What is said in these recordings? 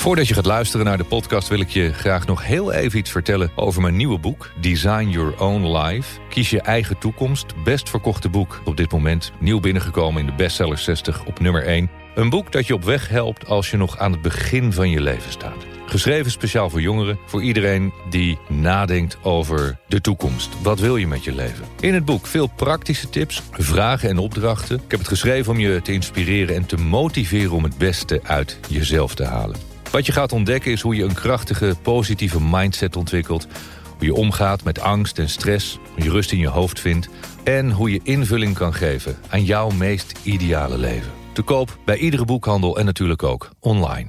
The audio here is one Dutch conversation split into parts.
Voordat je gaat luisteren naar de podcast wil ik je graag nog heel even iets vertellen over mijn nieuwe boek Design Your Own Life. Kies je eigen toekomst. Best verkochte boek op dit moment. Nieuw binnengekomen in de bestseller 60 op nummer 1. Een boek dat je op weg helpt als je nog aan het begin van je leven staat. Geschreven speciaal voor jongeren, voor iedereen die nadenkt over de toekomst. Wat wil je met je leven? In het boek veel praktische tips, vragen en opdrachten. Ik heb het geschreven om je te inspireren en te motiveren om het beste uit jezelf te halen. Wat je gaat ontdekken is hoe je een krachtige, positieve mindset ontwikkelt. Hoe je omgaat met angst en stress, hoe je rust in je hoofd vindt. En hoe je invulling kan geven aan jouw meest ideale leven. Te koop bij iedere boekhandel en natuurlijk ook online.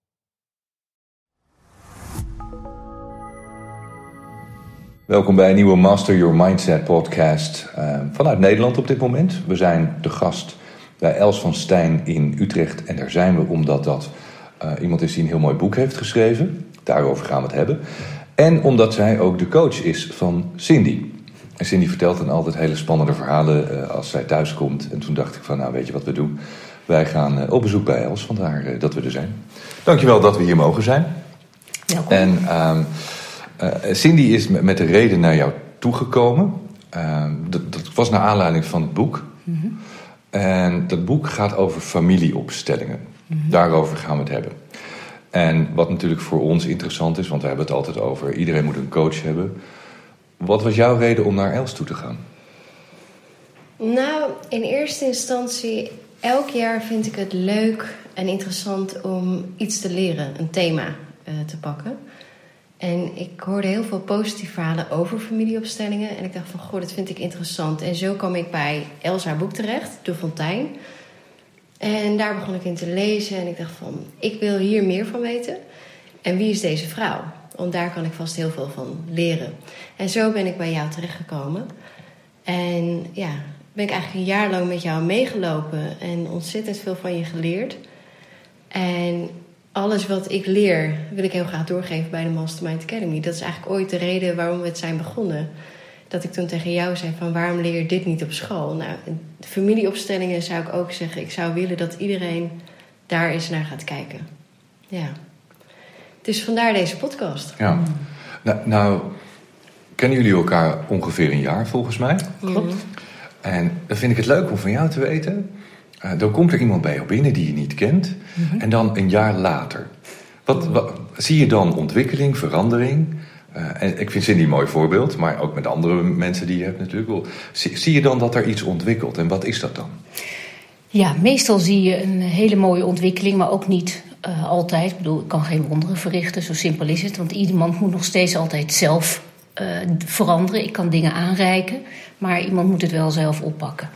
Welkom bij een nieuwe Master Your Mindset podcast vanuit Nederland op dit moment. We zijn te gast bij Els van Stijn in Utrecht. En daar zijn we omdat dat iemand is die een heel mooi boek heeft geschreven. Daarover gaan we het hebben. En omdat zij ook de coach is van Cindy. En Cindy vertelt dan altijd hele spannende verhalen als zij thuis komt. En toen dacht ik van, nou weet je wat we doen? Wij gaan op bezoek bij Els, vandaar dat we er zijn. Dankjewel dat we hier mogen zijn. Welkom. En Cindy is met de reden naar jou toegekomen. Dat was naar aanleiding van het boek. Mm-hmm. En dat boek gaat over familieopstellingen. Mm-hmm. Daarover gaan we het hebben. En wat natuurlijk voor ons interessant is, want we hebben het altijd over iedereen moet een coach hebben. Wat was jouw reden om naar Els toe te gaan? Nou, in eerste instantie, elk jaar vind ik het leuk en interessant om iets te leren, een thema te pakken. En ik hoorde heel veel positieve verhalen over familieopstellingen. En ik dacht van, goh, dat vind ik interessant. En zo kwam ik bij Els haar boek terecht, De Fontein. En daar begon ik in te lezen. En ik dacht van, ik wil hier meer van weten. En wie is deze vrouw? Want daar kan ik vast heel veel van leren. En zo ben ik bij jou terechtgekomen. En ja, ben ik eigenlijk een jaar lang met jou meegelopen. En ontzettend veel van je geleerd. En alles wat ik leer, wil ik heel graag doorgeven bij de Mastermind Academy. Dat is eigenlijk ooit de reden waarom we het zijn begonnen. Dat ik toen tegen jou zei van, waarom leer je dit niet op school? Nou, de familieopstellingen zou ik ook zeggen. Ik zou willen dat iedereen daar eens naar gaat kijken. Ja. Dus vandaar deze podcast. Ja. Nou, kennen jullie elkaar ongeveer een jaar volgens mij? Klopt. En dan vind ik het leuk om van jou te weten. Dan komt er iemand bij jou binnen die je niet kent. Mm-hmm. En dan een jaar later. Wat zie je dan ontwikkeling, verandering? En ik vind Cindy een mooi voorbeeld. Maar ook met andere mensen die je hebt natuurlijk. Zie je dan dat er iets ontwikkelt? En wat is dat dan? Ja, meestal zie je een hele mooie ontwikkeling. Maar ook niet altijd. Ik bedoel, ik kan geen wonderen verrichten. Zo simpel is het. Want iemand moet nog steeds altijd zelf veranderen. Ik kan dingen aanreiken. Maar iemand moet het wel zelf oppakken.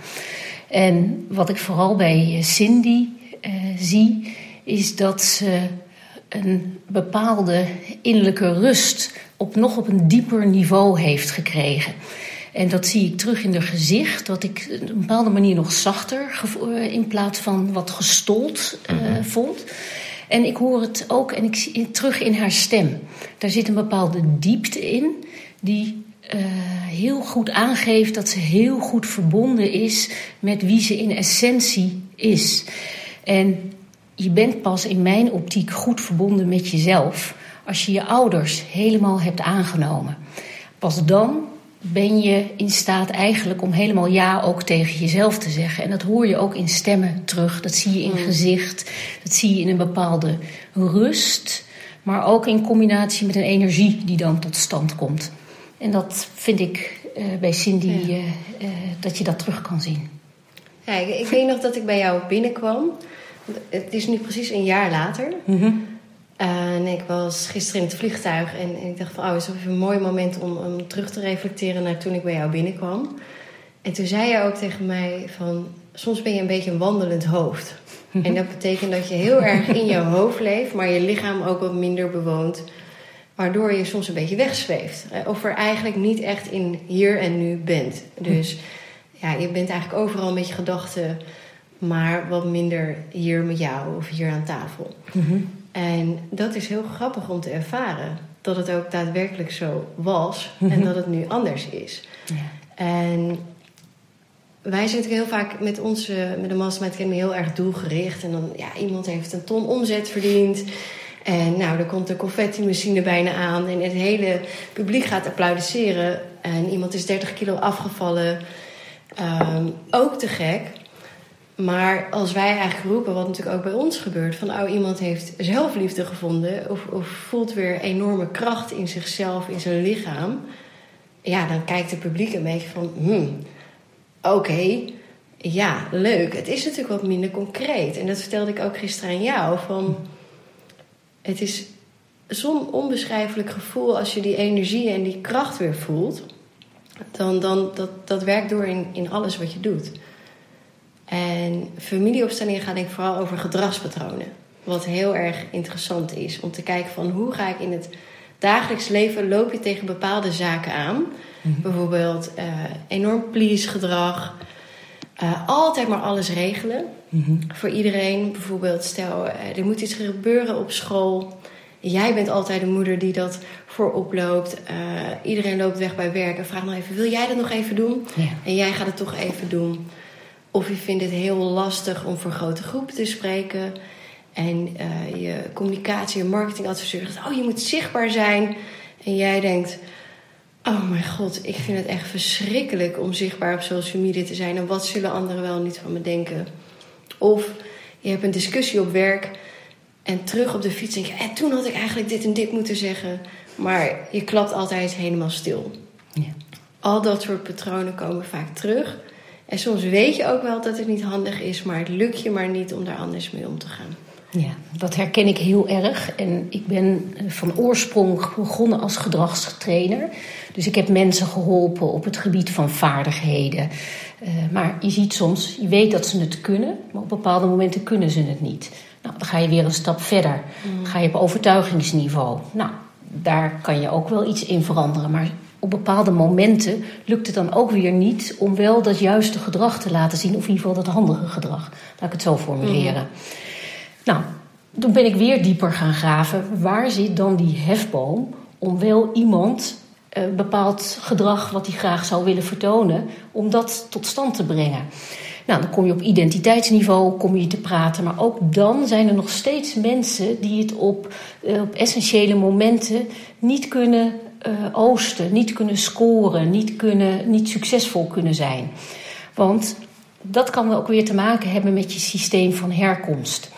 En wat ik vooral bij Cindy zie, is dat ze een bepaalde innerlijke rust op een dieper niveau heeft gekregen. En dat zie ik terug in haar gezicht, wat ik op een bepaalde manier nog zachter in plaats van wat gestold vond. En ik hoor het ook en ik zie het terug in haar stem. Daar zit een bepaalde diepte in die heel goed aangeeft dat ze heel goed verbonden is met wie ze in essentie is. En je bent pas in mijn optiek goed verbonden met jezelf als je je ouders helemaal hebt aangenomen. Pas dan ben je in staat eigenlijk om helemaal ja ook tegen jezelf te zeggen. En dat hoor je ook in stemmen terug. Dat zie je in gezicht. Dat zie je in een bepaalde rust. Maar ook in combinatie met een energie die dan tot stand komt. En dat vind ik bij Cindy, dat je dat terug kan zien. Ja, ik weet nog dat ik bij jou binnenkwam. Het is nu precies een jaar later. Mm-hmm. En ik was gisteren in het vliegtuig. En ik dacht van, het is even een mooi moment om terug te reflecteren naar toen ik bij jou binnenkwam. En toen zei je ook tegen mij van, soms ben je een beetje een wandelend hoofd. Mm-hmm. En dat betekent dat je heel erg in je hoofd leeft, maar je lichaam ook wat minder bewoont. Waardoor je soms een beetje wegzweeft. Of er eigenlijk niet echt in hier en nu bent. Dus ja, je bent eigenlijk overal met je gedachten, maar wat minder hier met jou of hier aan tafel. Mm-hmm. En dat is heel grappig om te ervaren. Dat het ook daadwerkelijk zo was en dat het nu anders is. Ja. En wij zitten heel vaak met de Mastermind Academy heel erg doelgericht. En dan, iemand heeft een ton omzet verdiend. En nou, dan komt de confetti-machine bijna aan en het hele publiek gaat applaudisseren. En iemand is 30 kilo afgevallen. Ook te gek. Maar als wij eigenlijk roepen, wat natuurlijk ook bij ons gebeurt, van iemand heeft zelfliefde gevonden of voelt weer enorme kracht in zichzelf, in zijn lichaam. Ja, dan kijkt het publiek een beetje van, oké, ja, leuk. Het is natuurlijk wat minder concreet. En dat vertelde ik ook gisteren aan jou. Van, het is zo'n onbeschrijfelijk gevoel als je die energie en die kracht weer voelt. Dan dat werkt door in alles wat je doet. En familieopstellingen gaan denk ik vooral over gedragspatronen. Wat heel erg interessant is. Om te kijken van hoe ga ik in het dagelijks leven, loop je tegen bepaalde zaken aan. Bijvoorbeeld enorm please gedrag. Altijd maar alles regelen. Voor iedereen. Bijvoorbeeld stel, er moet iets gebeuren op school. Jij bent altijd de moeder die dat voorop loopt. Iedereen loopt weg bij werk en vraagt nog even, wil jij dat nog even doen? Ja. En jij gaat het toch even doen. Of je vindt het heel lastig om voor grote groepen te spreken. En je communicatie- en marketingadviseur zegt, je moet zichtbaar zijn. En jij denkt, oh mijn god, ik vind het echt verschrikkelijk om zichtbaar op social media te zijn. En wat zullen anderen wel niet van me denken? Of je hebt een discussie op werk en terug op de fiets denk je, toen had ik eigenlijk dit en dit moeten zeggen. Maar je klapt altijd helemaal stil. Ja. Al dat soort patronen komen vaak terug. En soms weet je ook wel dat het niet handig is, maar het lukt je maar niet om daar anders mee om te gaan. Ja, dat herken ik heel erg. En ik ben van oorsprong begonnen als gedragstrainer. Dus ik heb mensen geholpen op het gebied van vaardigheden. Maar je ziet soms, je weet dat ze het kunnen, maar op bepaalde momenten kunnen ze het niet. Nou, dan ga je weer een stap verder. Dan ga je op overtuigingsniveau. Nou, daar kan je ook wel iets in veranderen, maar op bepaalde momenten lukt het dan ook weer niet om wel dat juiste gedrag te laten zien. Of in ieder geval dat handige gedrag. Laat ik het zo formuleren. Nou, toen ben ik weer dieper gaan graven. Waar zit dan die hefboom om wel iemand bepaald gedrag wat hij graag zou willen vertonen, om dat tot stand te brengen? Nou, dan kom je op identiteitsniveau, kom je te praten. Maar ook dan zijn er nog steeds mensen die het op essentiële momenten niet kunnen oosten, niet kunnen scoren, niet succesvol kunnen zijn. Want dat kan ook weer te maken hebben met je systeem van herkomst.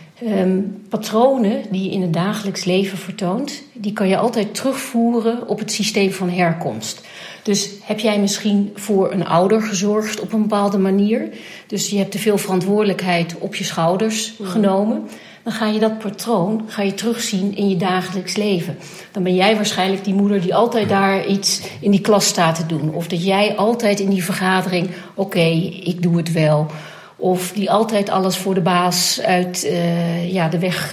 Patronen die je in het dagelijks leven vertoont, die kan je altijd terugvoeren op het systeem van herkomst. Dus heb jij misschien voor een ouder gezorgd op een bepaalde manier, dus je hebt te veel verantwoordelijkheid op je schouders genomen, dan ga je dat patroon terugzien in je dagelijks leven. Dan ben jij waarschijnlijk die moeder die altijd daar iets in die klas staat te doen. Of dat jij altijd in die vergadering, oké, ik doe het wel. Of die altijd alles voor de baas uit de weg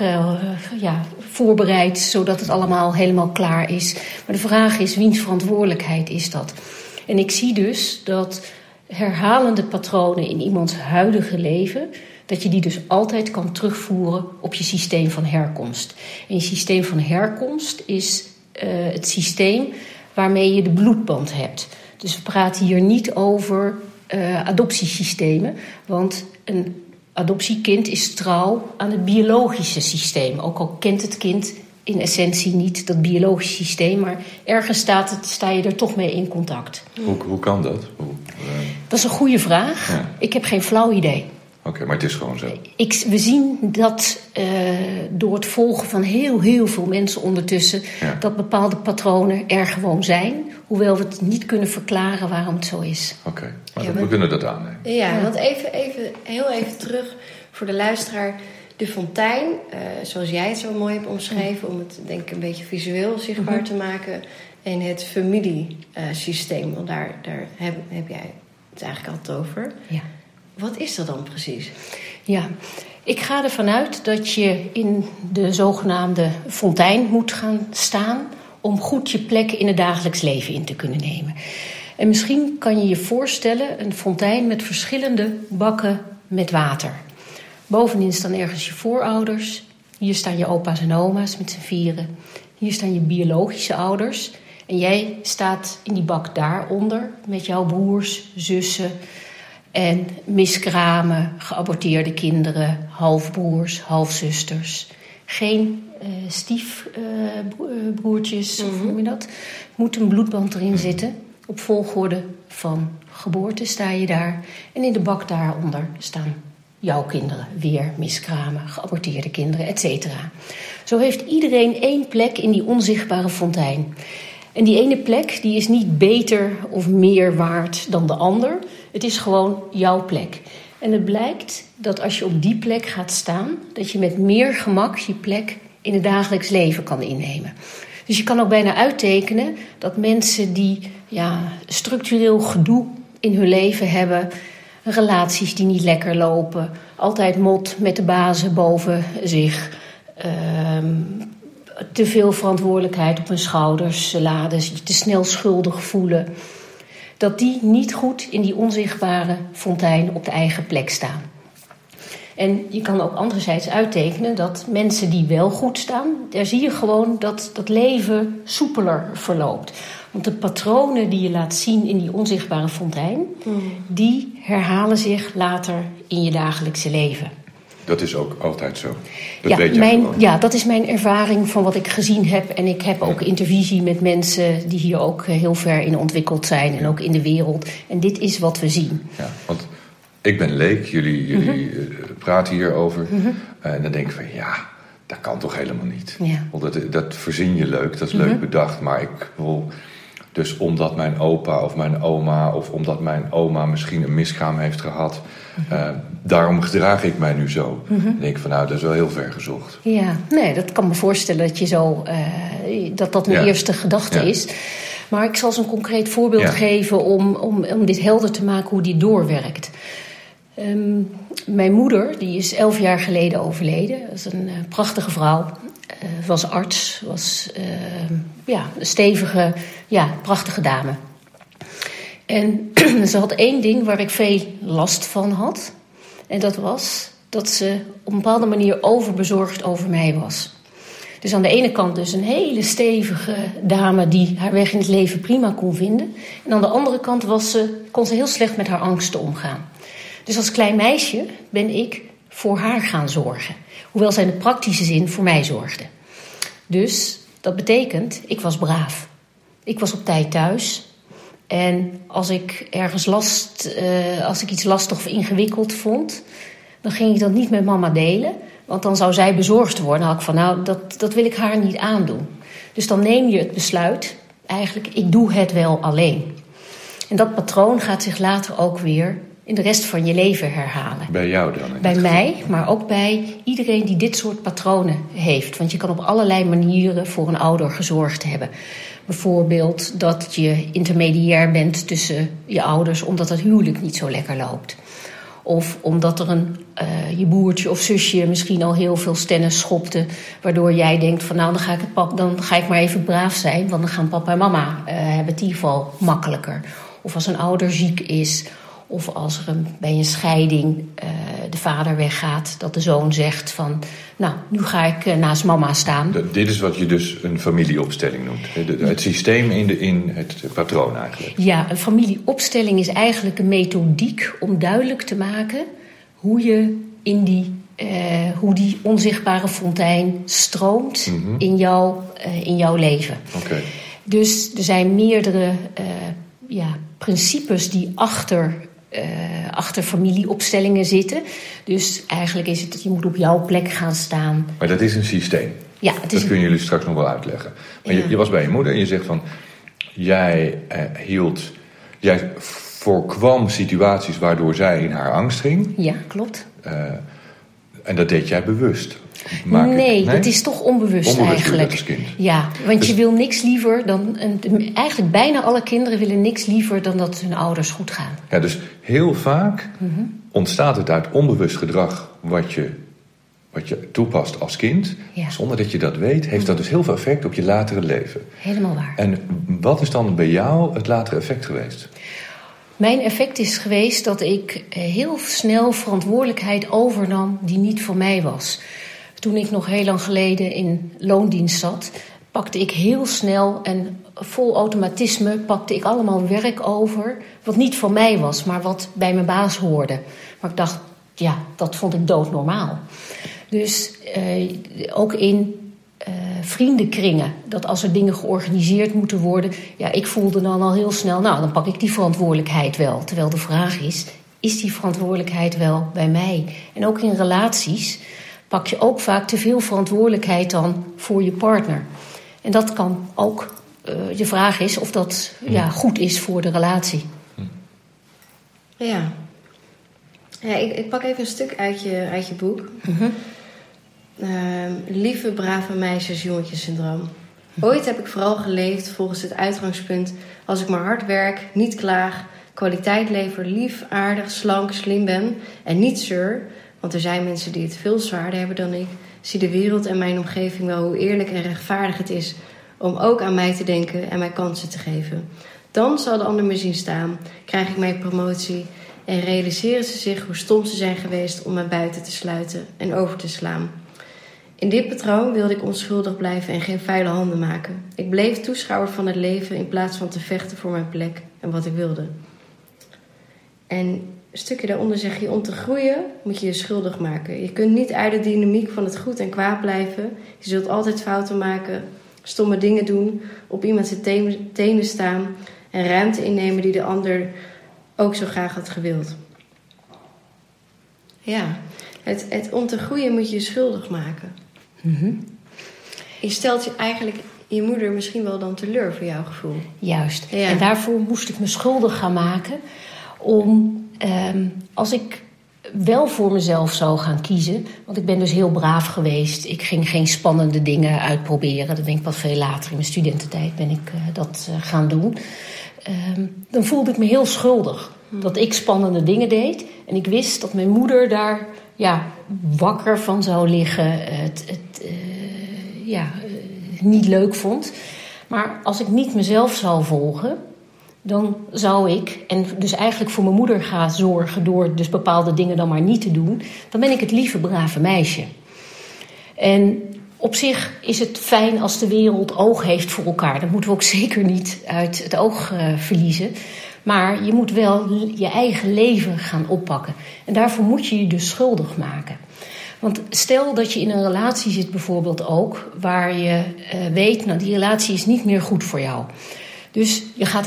voorbereidt, zodat het allemaal helemaal klaar is. Maar de vraag is, wiens verantwoordelijkheid is dat? En ik zie dus dat herhalende patronen in iemands huidige leven, dat je die dus altijd kan terugvoeren op je systeem van herkomst. En je systeem van herkomst is het systeem waarmee je de bloedband hebt. Dus we praten hier niet over adoptiesystemen, want een adoptiekind is trouw aan het biologische systeem. Ook al kent het kind in essentie niet dat biologische systeem, maar ergens sta je er toch mee in contact. Hoe kan dat? Dat is een goede vraag. Ja. Ik heb geen flauw idee. Oké, maar het is gewoon zo. We zien dat door het volgen van heel veel mensen ondertussen, dat bepaalde patronen er gewoon zijn, hoewel we het niet kunnen verklaren waarom het zo is. Oké, maar we kunnen dat aannemen. Ja, want heel even terug voor de luisteraar. De fontein, zoals jij het zo mooi hebt omschreven, om het denk ik een beetje visueel zichtbaar te maken. En het familiesysteem, want daar heb jij het eigenlijk altijd over. Ja. Wat is dat dan precies? Ja, ik ga ervan uit dat je in de zogenaamde fontein moet gaan staan om goed je plek in het dagelijks leven in te kunnen nemen. En misschien kan je je voorstellen een fontein met verschillende bakken met water. Bovenin staan ergens je voorouders. Hier staan je opa's en oma's met z'n vieren. Hier staan je biologische ouders. En jij staat in die bak daaronder met jouw broers, zussen en miskramen, geaborteerde kinderen, halfbroers, halfzusters, Geen stiefbroertjes, hoe noem je dat? Moet een bloedband erin zitten. Op volgorde van geboorte sta je daar. En in de bak daaronder staan jouw kinderen. Weer miskramen, geaborteerde kinderen, et cetera. Zo heeft iedereen 1 plek in die onzichtbare fontein. En die ene plek die is niet beter of meer waard dan de ander. Het is gewoon jouw plek. En het blijkt dat als je op die plek gaat staan, dat je met meer gemak je plek in het dagelijks leven kan innemen. Dus je kan ook bijna uittekenen dat mensen die structureel gedoe in hun leven hebben, relaties die niet lekker lopen, altijd mot met de bazen boven zich, te veel verantwoordelijkheid op hun schouders laden, je te snel schuldig voelen, dat die niet goed in die onzichtbare fontein op de eigen plek staan. En je kan ook anderzijds uittekenen dat mensen die wel goed staan, daar zie je gewoon dat dat leven soepeler verloopt. Want de patronen die je laat zien in die onzichtbare fontein, die herhalen zich later in je dagelijkse leven. Dat is ook altijd zo. Dat weet jij gewoon. Ja, dat is mijn ervaring van wat ik gezien heb. En ik heb ook intervisie met mensen die hier ook heel ver in ontwikkeld zijn. En ook in de wereld. En dit is wat we zien. Ja, want ik ben leek. Jullie praten hierover. En dan denk ik van dat kan toch helemaal niet. Ja. Want dat verzin je leuk. Dat is leuk bedacht. Maar ik wil... Dus omdat mijn opa of mijn oma of omdat mijn oma misschien een miskraam heeft gehad, daarom gedraag ik mij nu zo. Dan denk ik van dat is wel heel ver gezocht. Ja, nee, dat kan me voorstellen dat je zo dat mijn eerste gedachte is. Maar ik zal eens een concreet voorbeeld geven om dit helder te maken hoe dit doorwerkt. Mijn moeder, die is 11 jaar geleden overleden. Dat is een prachtige vrouw. Was arts, was een stevige, prachtige dame. En ze had 1 ding waar ik veel last van had. En dat was dat ze op een bepaalde manier overbezorgd over mij was. Dus aan de ene kant dus een hele stevige dame die haar weg in het leven prima kon vinden. En aan de andere kant kon ze heel slecht met haar angsten omgaan. Dus als klein meisje ben ik voor haar gaan zorgen. Hoewel zij in de praktische zin voor mij zorgde. Dus dat betekent, ik was braaf. Ik was op tijd thuis. En als ik als ik iets lastig of ingewikkeld vond, dan ging ik dat niet met mama delen. Want dan zou zij bezorgd worden. Dan had ik van, dat wil ik haar niet aandoen. Dus dan neem je het besluit, eigenlijk, ik doe het wel alleen. En dat patroon gaat zich later ook weer in de rest van je leven herhalen. Bij jou dan? Bij mij, maar ook bij iedereen die dit soort patronen heeft. Want je kan op allerlei manieren voor een ouder gezorgd hebben. Bijvoorbeeld dat je intermediair bent tussen je ouders omdat het huwelijk niet zo lekker loopt. Of omdat er je broertje of zusje misschien al heel veel stennen schopte, waardoor jij denkt van dan ga ik maar even braaf zijn, want dan gaan papa en mama hebben het in ieder geval makkelijker. Of als een ouder ziek is, of als er bij een scheiding de vader weggaat, dat de zoon zegt van, nu ga ik naast mama staan. Dit is wat je dus een familieopstelling noemt. Het systeem in het patroon eigenlijk. Ja, een familieopstelling is eigenlijk een methodiek om duidelijk te maken hoe je hoe die onzichtbare fontein stroomt in jouw leven. Okay. Dus er zijn meerdere principes die achter familieopstellingen zitten. Dus eigenlijk is het, je moet op jouw plek gaan staan. Maar dat is een systeem. Ja, dat kunnen jullie straks nog wel uitleggen. Maar je was bij je moeder en je zegt van, jij voorkwam situaties waardoor zij in haar angst ging. Ja, klopt. En dat deed jij bewust? Nee, dat is toch onbewust eigenlijk. Als kind. Ja, want je wil niks liever dan... Eigenlijk bijna alle kinderen willen niks liever dan dat hun ouders goed gaan. Ja, dus heel vaak ontstaat het uit onbewust gedrag wat je toepast als kind. Ja. Zonder dat je dat weet, heeft dat dus heel veel effect op je latere leven. Helemaal waar. En wat is dan bij jou het latere effect geweest? Mijn effect is geweest dat ik heel snel verantwoordelijkheid overnam die niet voor mij was. Toen ik nog heel lang geleden in loondienst zat, pakte ik heel snel en vol automatisme pakte ik allemaal werk over wat niet van mij was, maar wat bij mijn baas hoorde. Maar ik dacht, dat vond ik doodnormaal. Dus ook in vriendenkringen, dat als er dingen georganiseerd moeten worden, ja, ik voelde dan al heel snel, nou, dan pak ik die verantwoordelijkheid wel. Terwijl de vraag is die verantwoordelijkheid wel bij mij? En ook in relaties pak je ook vaak te veel verantwoordelijkheid dan voor je partner. En dat kan ook, de vraag is of dat goed is voor de relatie. Ja, ik pak even een stuk uit je boek. Mm-hmm. Lieve, brave meisjes, jongetjes syndroom. Ooit heb ik vooral geleefd volgens het uitgangspunt: als ik maar hard werk, niet klaag, kwaliteit lever, lief, aardig, slank, slim ben en niet zeur, want er zijn mensen die het veel zwaarder hebben dan ik, zie de wereld en mijn omgeving wel hoe eerlijk en rechtvaardig het is om ook aan mij te denken en mij kansen te geven. Dan zal de ander me zien staan, krijg ik mijn promotie en realiseren ze zich hoe stom ze zijn geweest om mij buiten te sluiten en over te slaan. In dit patroon wilde ik onschuldig blijven en geen vuile handen maken. Ik bleef toeschouwer van het leven in plaats van te vechten voor mijn plek en wat ik wilde. En een stukje daaronder zeg je: om te groeien moet je je schuldig maken. Je kunt niet uit de dynamiek van het goed en kwaad blijven. Je zult altijd fouten maken, stomme dingen doen, op iemand zijn tenen staan en ruimte innemen die de ander ook zo graag had gewild. Ja, om te groeien moet je je schuldig maken. Mm-hmm. Je stelt je eigenlijk je moeder misschien wel dan teleur voor jouw gevoel. Juist. Ja. En daarvoor moest ik me schuldig gaan maken om, als ik wel voor mezelf zou gaan kiezen, want ik ben dus heel braaf geweest. Ik ging geen spannende dingen uitproberen. Dat ben ik pas veel later in mijn studententijd ben ik dat gaan doen. Dan voelde ik me heel schuldig dat ik spannende dingen deed. En ik wist dat mijn moeder daar wakker van zou liggen, niet leuk vond. Maar als ik niet mezelf zou volgen, dan zou ik, en dus eigenlijk voor mijn moeder ga zorgen door dus bepaalde dingen dan maar niet te doen, dan ben ik het lieve, brave meisje. En op zich is het fijn als de wereld oog heeft voor elkaar. Dat moeten we ook zeker niet uit het oog verliezen. Maar je moet wel je eigen leven gaan oppakken. En daarvoor moet je je dus schuldig maken. Want stel dat je in een relatie zit bijvoorbeeld ook, waar je weet, nou, die relatie is niet meer goed voor jou. Dus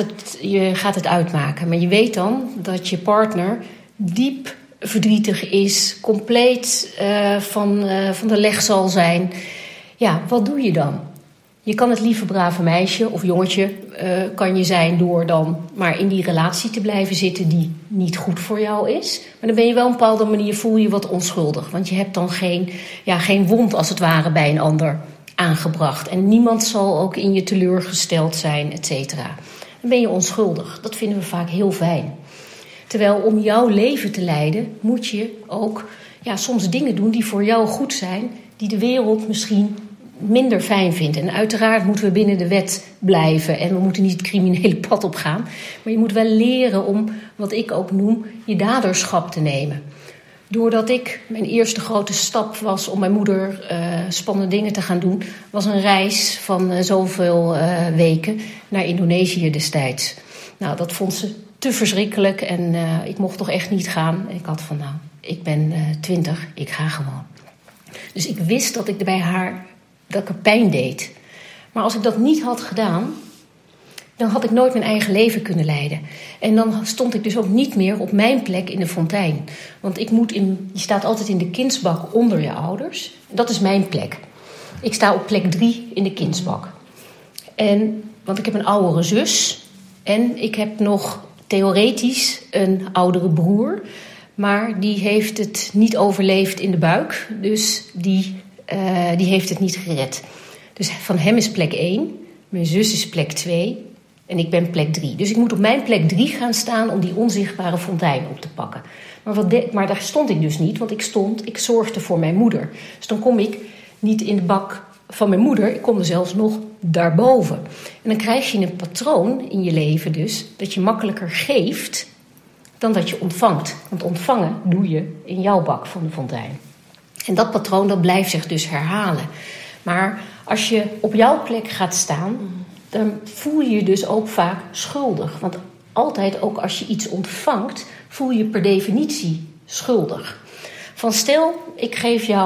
je gaat het uitmaken. Maar je weet dan dat je partner diep verdrietig is, compleet van de leg zal zijn. Ja, wat doe je dan? Je kan het lieve brave meisje of jongetje kan je zijn door dan maar in die relatie te blijven zitten die niet goed voor jou is. Maar dan ben je wel op een bepaalde manier, voel je wat onschuldig. Want je hebt dan geen wond als het ware bij een ander aangebracht. En niemand zal ook in je teleurgesteld zijn, et cetera. Dan ben je onschuldig. Dat vinden we vaak heel fijn. Terwijl om jouw leven te leiden moet je ook soms dingen doen die voor jou goed zijn, die de wereld misschien minder fijn vindt. En uiteraard moeten we binnen de wet blijven en we moeten niet het criminele pad op gaan. Maar je moet wel leren om, wat ik ook noem, je daderschap te nemen. Doordat mijn eerste grote stap was om mijn moeder spannende dingen te gaan doen, was een reis van zoveel weken naar Indonesië destijds. Nou, dat vond ze te verschrikkelijk en ik mocht toch echt niet gaan. En ik had van, ik ben 20, ik ga gewoon. Dus ik wist dat ik bij haar, dat ik er pijn deed. Maar als ik dat niet had gedaan, dan had ik nooit mijn eigen leven kunnen leiden. En dan stond ik dus ook niet meer op mijn plek in de fontein. Want je staat altijd in de kindsbak onder je ouders. Dat is mijn plek. Ik sta op plek 3 in de kindsbak. Want ik heb een oudere zus. En ik heb nog theoretisch een oudere broer. Maar die heeft het niet overleefd in de buik. Dus die heeft het niet gered. Dus van hem is plek 1. Mijn zus is plek 2. En ik ben plek 3. Dus ik moet op mijn plek 3 gaan staan om die onzichtbare fontein op te pakken. Maar daar stond ik dus niet, want ik zorgde voor mijn moeder. Dus dan kom ik niet in de bak van mijn moeder. Ik kom er zelfs nog daarboven. En dan krijg je een patroon in je leven dus, dat je makkelijker geeft dan dat je ontvangt. Want ontvangen doe je in jouw bak van de fontein. En dat patroon, dat blijft zich dus herhalen. Maar als je op jouw plek gaat staan, dan voel je je dus ook vaak schuldig. Want altijd ook als je iets ontvangt, voel je per definitie schuldig. Van stel, ik geef jou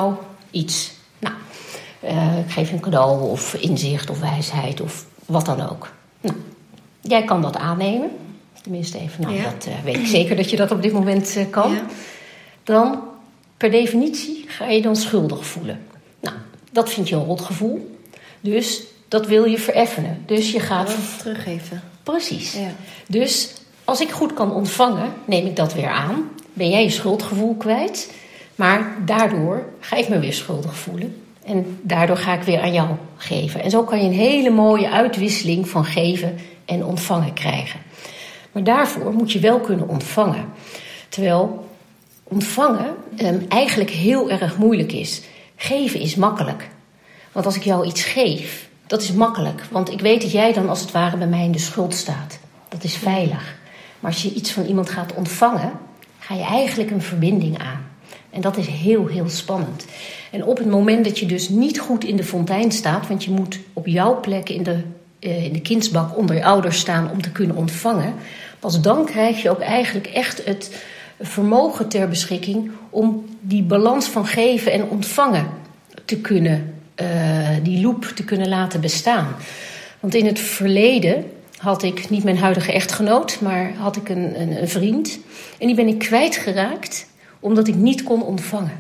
iets. Nou, ik geef een cadeau of inzicht of wijsheid of wat dan ook. Nou, jij kan dat aannemen. Tenminste even, dat weet ik zeker dat je dat op dit moment kan. Ja. Dan, per definitie, ga je dan schuldig voelen. Nou, dat vind je een rotgevoel. Dus dat wil je vereffenen. Dus je gaat teruggeven. Precies. Ja. Dus als ik goed kan ontvangen, neem ik dat weer aan. Ben jij je schuldgevoel kwijt. Maar daardoor ga ik me weer schuldig voelen. En daardoor ga ik weer aan jou geven. En zo kan je een hele mooie uitwisseling van geven en ontvangen krijgen. Maar daarvoor moet je wel kunnen ontvangen. Terwijl ontvangen eigenlijk heel erg moeilijk is. Geven is makkelijk. Want als ik jou iets geef, dat is makkelijk. Want ik weet dat jij dan als het ware bij mij in de schuld staat. Dat is veilig. Maar als je iets van iemand gaat ontvangen, ga je eigenlijk een verbinding aan. En dat is heel, heel spannend. En op het moment dat je dus niet goed in de fontein staat, want je moet op jouw plek in de kindsbak onder je ouders staan om te kunnen ontvangen, pas dan krijg je ook eigenlijk echt het vermogen ter beschikking om die balans van geven en ontvangen te kunnen, die loop te kunnen laten bestaan. Want in het verleden had ik niet mijn huidige echtgenoot, maar had ik een vriend. En die ben ik kwijtgeraakt omdat ik niet kon ontvangen.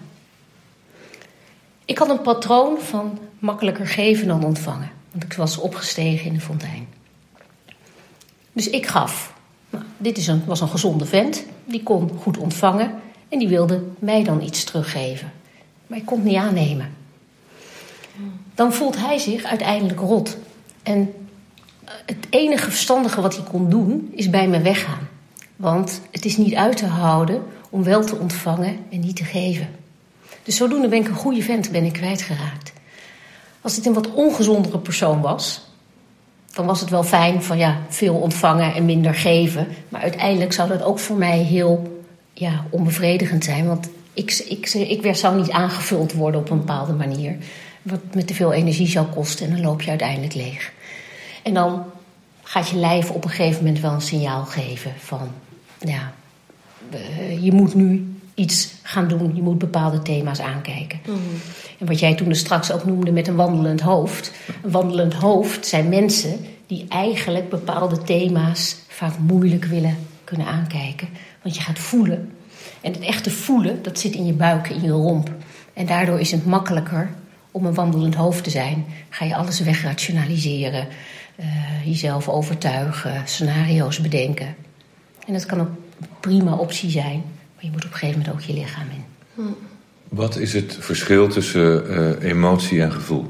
Ik had een patroon van makkelijker geven dan ontvangen. Want ik was opgestegen in de fontein. Dus ik gaf. Nou, was een gezonde vent. Die kon goed ontvangen. En die wilde mij dan iets teruggeven. Maar ik kon het niet aannemen. Dan voelt hij zich uiteindelijk rot. En het enige verstandige wat hij kon doen, is bij me weggaan. Want het is niet uit te houden om wel te ontvangen en niet te geven. Dus zodoende ben ik een goede vent, ben ik kwijtgeraakt. Als het een wat ongezondere persoon was, dan was het wel fijn van veel ontvangen en minder geven. Maar uiteindelijk zou dat ook voor mij heel onbevredigend zijn. Want ik zou niet aangevuld worden op een bepaalde manier. Wat me te veel energie zou kosten en dan loop je uiteindelijk leeg. En dan gaat je lijf op een gegeven moment wel een signaal geven van je moet nu iets gaan doen. Je moet bepaalde thema's aankijken. Mm-hmm. En wat jij toen er straks ook noemde met een wandelend hoofd. Een wandelend hoofd zijn mensen die eigenlijk bepaalde thema's vaak moeilijk willen kunnen aankijken. Want je gaat voelen. En het echte voelen, dat zit in je buik, in je romp. En daardoor is het makkelijker om een wandelend hoofd te zijn. Ga je alles wegrationaliseren. Jezelf overtuigen. Scenario's bedenken. En dat kan ook een prima optie zijn. Maar je moet op een gegeven moment ook je lichaam in. Wat is het verschil tussen emotie en gevoel?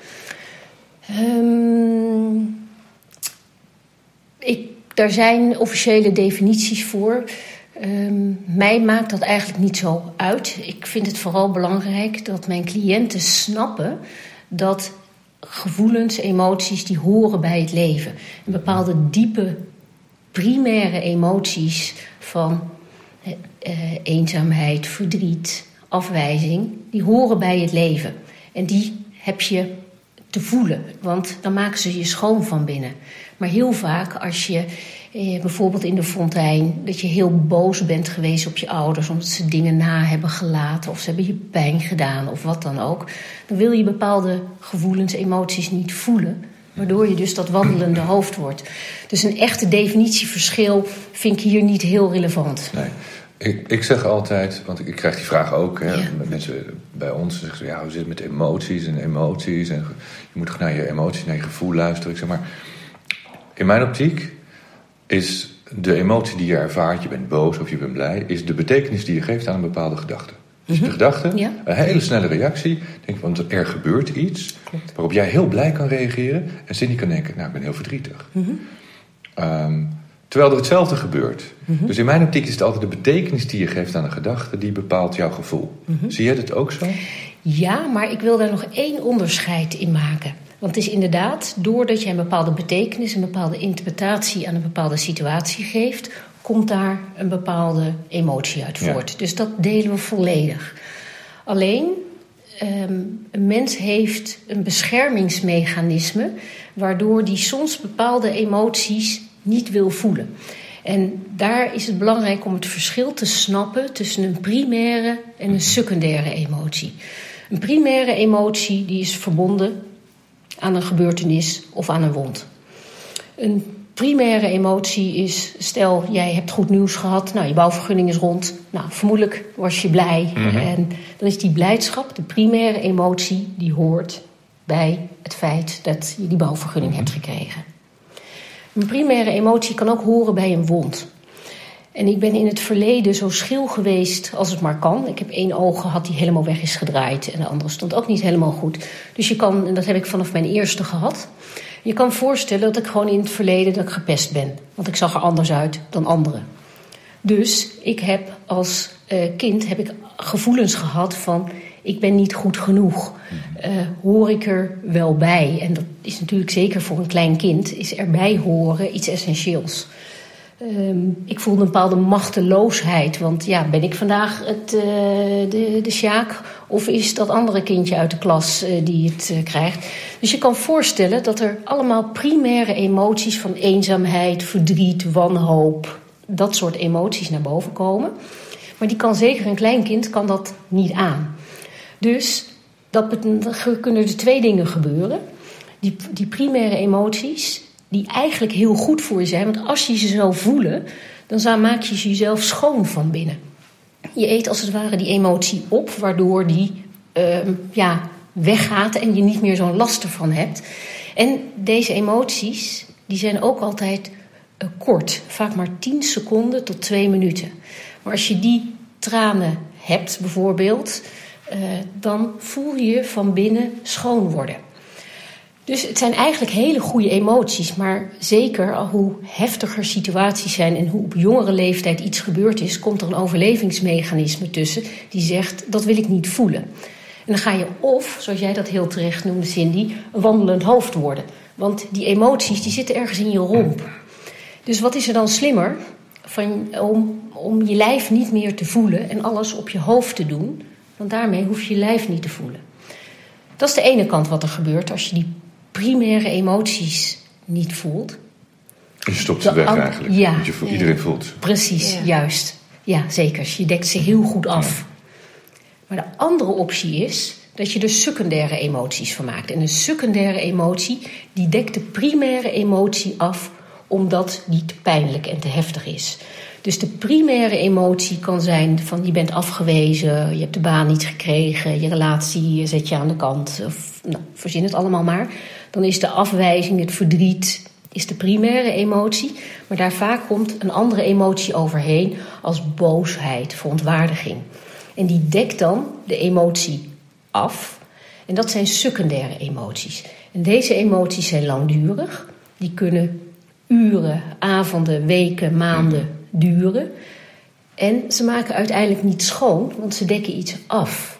Daar zijn officiële definities voor. Mij maakt dat eigenlijk niet zo uit. Ik vind het vooral belangrijk dat mijn cliënten snappen dat gevoelens, emoties, die horen bij het leven. En bepaalde diepe, primaire emoties van eenzaamheid, verdriet, afwijzing, die horen bij het leven. En die heb je te voelen, want dan maken ze je schoon van binnen. Maar heel vaak als je bijvoorbeeld in de fontein, dat je heel boos bent geweest op je ouders omdat ze dingen na hebben gelaten of ze hebben je pijn gedaan of wat dan ook, dan wil je bepaalde gevoelens, emoties niet voelen, waardoor je dus dat wandelende hoofd wordt. Dus een echte definitieverschil vind ik hier niet heel relevant. Nee. Ik zeg altijd, want ik krijg die vraag ook, mensen bij ons zeggen ze, hoe zit het met emoties en emoties? En je moet naar je emoties, naar je gevoel luisteren. Ik zeg maar, in mijn optiek is de emotie die je ervaart, je bent boos of je bent blij, is de betekenis die je geeft aan een bepaalde gedachte. Dus de gedachte, een hele snelle reactie, denk want er gebeurt iets, waarop jij heel blij kan reageren en Cindy kan denken, ik ben heel verdrietig. Terwijl er hetzelfde gebeurt. Dus in mijn optiek is het altijd de betekenis die je geeft aan een gedachte, die bepaalt jouw gevoel. Zie jij dat ook zo? Ja, maar ik wil daar nog 1 onderscheid in maken. Want het is inderdaad, doordat je een bepaalde betekenis, een bepaalde interpretatie aan een bepaalde situatie geeft, komt daar een bepaalde emotie uit voort. Ja. Dus dat delen we volledig. Alleen, een mens heeft een beschermingsmechanisme, waardoor die soms bepaalde emoties niet wil voelen. En daar is het belangrijk om het verschil te snappen tussen een primaire en een secundaire emotie. Een primaire emotie die is verbonden aan een gebeurtenis of aan een wond. Een primaire emotie is, stel jij hebt goed nieuws gehad, je bouwvergunning is rond. Vermoedelijk was je blij. En dan is die blijdschap, de primaire emotie, die hoort bij het feit dat je die bouwvergunning hebt gekregen. Een primaire emotie kan ook horen bij een wond. En ik ben in het verleden zo schil geweest als het maar kan. Ik heb 1 oog gehad die helemaal weg is gedraaid en de andere stond ook niet helemaal goed. Dus je kan, en dat heb ik vanaf mijn eerste gehad, je kan voorstellen dat ik gewoon in het verleden dat ik gepest ben. Want ik zag er anders uit dan anderen. Dus ik heb als kind gevoelens gehad van, ik ben niet goed genoeg. Hoor ik er wel bij? En dat is natuurlijk zeker voor een klein kind, is erbij horen iets essentieels. Ik voelde een bepaalde machteloosheid. Want ben ik vandaag de sjaak? Of is dat andere kindje uit de klas die het krijgt? Dus je kan voorstellen dat er allemaal primaire emoties van eenzaamheid, verdriet, wanhoop, dat soort emoties naar boven komen. Maar die kan zeker een klein kind kan dat niet aan. Dus kunnen er 2 dingen gebeuren. Die primaire emoties, die eigenlijk heel goed voor je zijn. Want als je ze zou voelen, dan maak je jezelf schoon van binnen. Je eet als het ware die emotie op, waardoor die weggaat en je niet meer zo'n last ervan hebt. En deze emoties, die zijn ook altijd kort. Vaak maar 10 seconden tot 2 minuten. Maar als je die tranen hebt bijvoorbeeld, dan voel je van binnen schoon worden. Dus het zijn eigenlijk hele goede emoties, maar zeker hoe heftiger situaties zijn en hoe op jongere leeftijd iets gebeurd is, komt er een overlevingsmechanisme tussen die zegt, dat wil ik niet voelen. En dan ga je of, zoals jij dat heel terecht noemde Cindy, een wandelend hoofd worden. Want die emoties die zitten ergens in je romp. Dus wat is er dan slimmer om je lijf niet meer te voelen en alles op je hoofd te doen? Want daarmee hoef je je lijf niet te voelen. Dat is de ene kant wat er gebeurt als je die primaire emoties niet voelt. Je stopt ze weg eigenlijk. Ja. Want iedereen voelt. Precies, juist. Ja, zeker. Je dekt ze heel goed af. Ja. Maar de andere optie is dat je er secundaire emoties van maakt. En een secundaire emotie die dekt de primaire emotie af, omdat die te pijnlijk en te heftig is. Dus de primaire emotie kan zijn van je bent afgewezen, je hebt de baan niet gekregen, je relatie zet je aan de kant. Of, verzin het allemaal maar. Dan is de afwijzing, het verdriet, is de primaire emotie. Maar daar vaak komt een andere emotie overheen als boosheid, verontwaardiging. En die dekt dan de emotie af. En dat zijn secundaire emoties. En deze emoties zijn langdurig. Die kunnen uren, avonden, weken, maanden duren. En ze maken uiteindelijk niet schoon, want ze dekken iets af.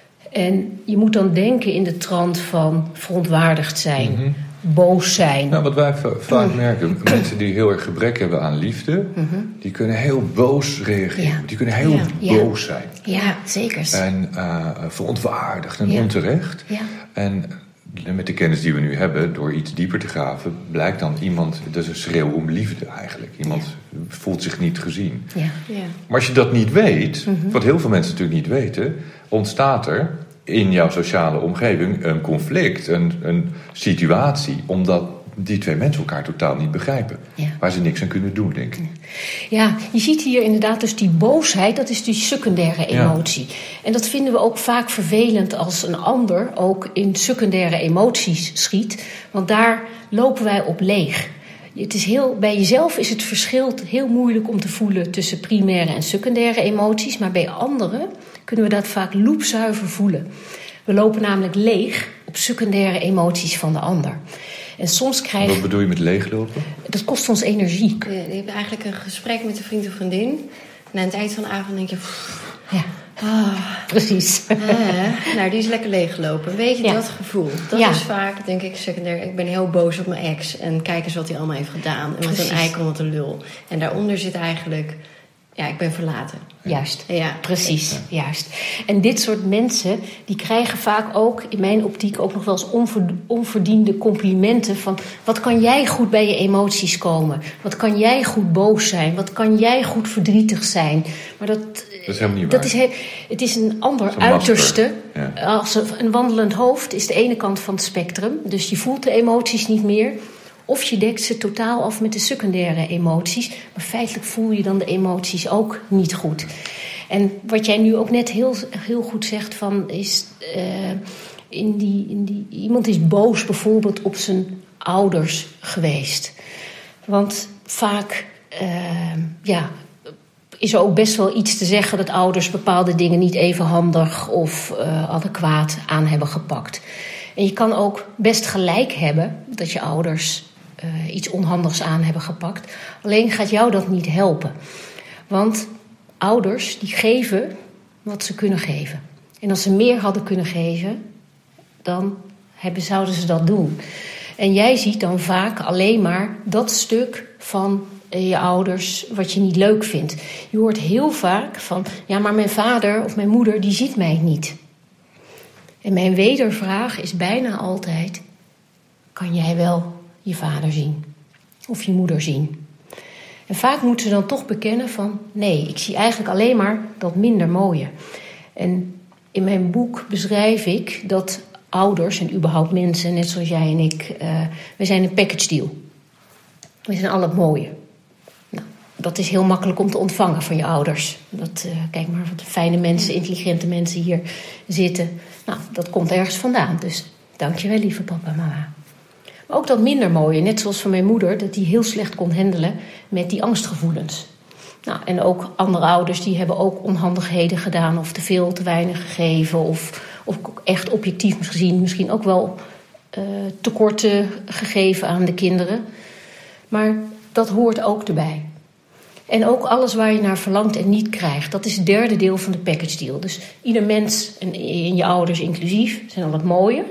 En je moet dan denken in de trant van verontwaardigd zijn, boos zijn. Nou, wat wij vaak merken, mensen die heel erg gebrek hebben aan liefde, die kunnen heel boos reageren. Ja. Die kunnen heel boos zijn. Ja, zeker. En verontwaardigd en onterecht. Ja. En met de kennis die we nu hebben, door iets dieper te graven, blijkt dan iemand, dat is een schreeuw om liefde eigenlijk. Iemand voelt zich niet gezien. Ja. Ja. Maar als je dat niet weet, wat heel veel mensen natuurlijk niet weten, ontstaat er in jouw sociale omgeving een conflict, een situatie, omdat die 2 mensen elkaar totaal niet begrijpen. Ja. Waar ze niks aan kunnen doen, denk ik. Ja, je ziet hier inderdaad dus die boosheid, dat is die secundaire emotie. Ja. En dat vinden we ook vaak vervelend als een ander ook in secundaire emoties schiet. Want daar lopen wij op leeg. Bij jezelf is het verschil heel moeilijk om te voelen tussen primaire en secundaire emoties. Maar bij anderen kunnen we dat vaak loepzuiver voelen. We lopen namelijk leeg op secundaire emoties van de ander. En soms Wat bedoel je met leeglopen? Dat kost ons energie. Je hebt eigenlijk een gesprek met een vriend of vriendin. En aan het eind van de avond denk je... precies. Nou, die is lekker leeggelopen. Weet je, dat gevoel. Dat is vaak, denk ik, secundair. Ik ben heel boos op mijn ex. En kijk eens wat hij allemaal heeft gedaan. En wat een eikel, wat een lul. En daaronder zit eigenlijk ik ben verlaten. Juist, Ja. precies, juist. En dit soort mensen, die krijgen vaak ook, in mijn optiek, ook nog wel eens onverdiende complimenten van, wat kan jij goed bij je emoties komen? Wat kan jij goed boos zijn? Wat kan jij goed verdrietig zijn? Maar dat is helemaal niet waar. Het is een ander een uiterste. Ja. Als een wandelend hoofd is de ene kant van het spectrum. Dus je voelt de emoties niet meer. Of je dekt ze totaal af met de secundaire emoties. Maar feitelijk voel je dan de emoties ook niet goed. En wat jij nu ook net heel goed zegt van is... iemand is boos bijvoorbeeld op zijn ouders geweest. Want vaak is er ook best wel iets te zeggen dat ouders bepaalde dingen niet even handig of adequaat aan hebben gepakt. En je kan ook best gelijk hebben dat je ouders iets onhandigs aan hebben gepakt. Alleen gaat jou dat niet helpen. Want ouders die geven wat ze kunnen geven. En als ze meer hadden kunnen geven, dan zouden ze dat doen. En jij ziet dan vaak alleen maar dat stuk van je ouders wat je niet leuk vindt. Je hoort heel vaak van, ja, maar mijn vader of mijn moeder die ziet mij niet. En mijn wedervraag is bijna altijd, kan jij wel je vader zien? Of je moeder zien? En vaak moeten ze dan toch bekennen van, nee, ik zie eigenlijk alleen maar dat minder mooie. En in mijn boek beschrijf ik dat ouders en überhaupt mensen, net zoals jij en ik, we zijn een package deal. We zijn al het mooie. Nou, dat is heel makkelijk om te ontvangen van je ouders. Kijk maar wat fijne mensen, intelligente mensen hier zitten. Nou, dat komt ergens vandaan. Dus dank je wel, lieve papa en mama. Maar ook dat minder mooie, net zoals van mijn moeder, dat die heel slecht kon handelen met die angstgevoelens. Nou, en ook andere ouders die hebben ook onhandigheden gedaan of te veel, te weinig gegeven of echt objectief gezien misschien ook wel tekorten gegeven aan de kinderen. Maar dat hoort ook erbij. En ook alles waar je naar verlangt en niet krijgt, dat is het derde deel van de package deal. Dus ieder mens en je ouders inclusief zijn al het mooie,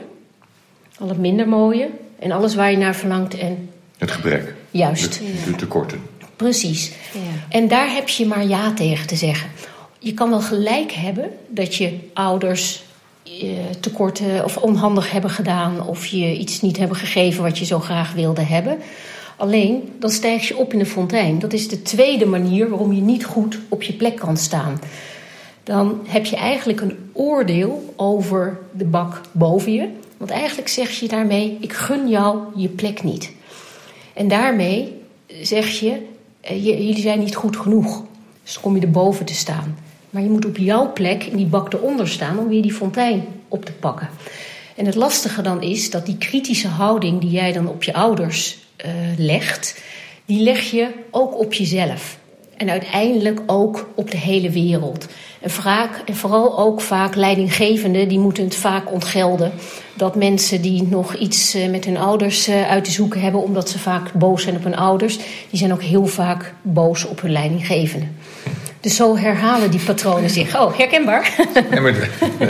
al het minder mooie en alles waar je naar verlangt en... Het gebrek. Juist. De tekorten. Precies. Ja. En daar heb je maar ja tegen te zeggen. Je kan wel gelijk hebben dat je ouders tekorten of onhandig hebben gedaan of je iets niet hebben gegeven wat je zo graag wilde hebben. Alleen, dan stijg je op in de fontein. Dat is de tweede manier waarom je niet goed op je plek kan staan. Dan heb je eigenlijk een oordeel over de bak boven je. Want eigenlijk zeg je daarmee, ik gun jou je plek niet. En daarmee zeg je, jullie zijn niet goed genoeg. Dus dan kom je erboven te staan. Maar je moet op jouw plek in die bak eronder staan om weer die fontein op te pakken. En het lastige dan is dat die kritische houding die jij dan op je ouders legt, die leg je ook op jezelf. En uiteindelijk ook op de hele wereld. En vooral ook vaak leidinggevenden, die moeten het vaak ontgelden. Dat mensen die nog iets met hun ouders uit te zoeken hebben, omdat ze vaak boos zijn op hun ouders, die zijn ook heel vaak boos op hun leidinggevende. Dus zo herhalen die patronen zich. Oh, herkenbaar? Nee, maar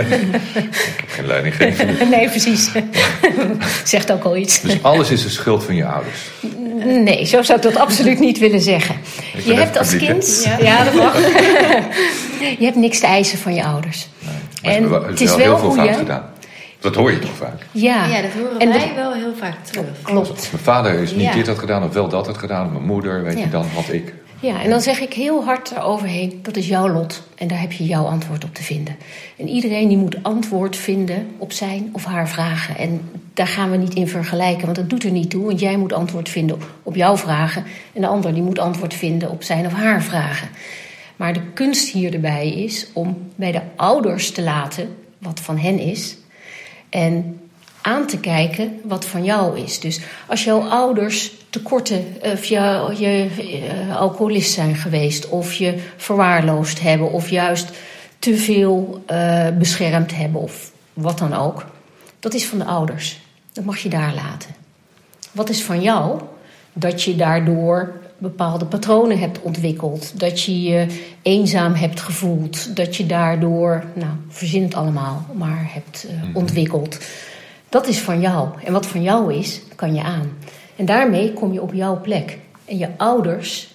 geen leidinggevende. Nee, precies. Zegt ook al iets. Dus alles is de schuld van je ouders? Nee, zo zou ik dat absoluut niet willen zeggen. Je hebt als kind... Ja, dat mag. Je hebt niks te eisen van je ouders. Nee, maar het is wel heel veel fout gedaan. Dat hoor je toch vaak? Ja, dat horen wij wel heel vaak terug. Klopt. Mijn vader is niet dit had gedaan of wel dat had gedaan. Mijn moeder, weet je, dan had ik. Ja, en dan zeg ik heel hard daaroverheen, dat is jouw lot. En daar heb je jouw antwoord op te vinden. En iedereen die moet antwoord vinden op zijn of haar vragen. En daar gaan we niet in vergelijken, want dat doet er niet toe. Want jij moet antwoord vinden op jouw vragen. En de ander die moet antwoord vinden op zijn of haar vragen. Maar de kunst hier erbij is om bij de ouders te laten wat van hen is. En aan te kijken wat van jou is. Dus als jouw ouders tekorten, of je alcoholist zijn geweest, of je verwaarloosd hebben, of juist te veel beschermd hebben, of wat dan ook. Dat is van de ouders. Dat mag je daar laten. Wat is van jou? Dat je daardoor bepaalde patronen hebt ontwikkeld. Dat je je eenzaam hebt gevoeld. Dat je daardoor, verzin het allemaal, maar hebt ontwikkeld. Dat is van jou. En wat van jou is, kan je aan. En daarmee kom je op jouw plek. En je ouders,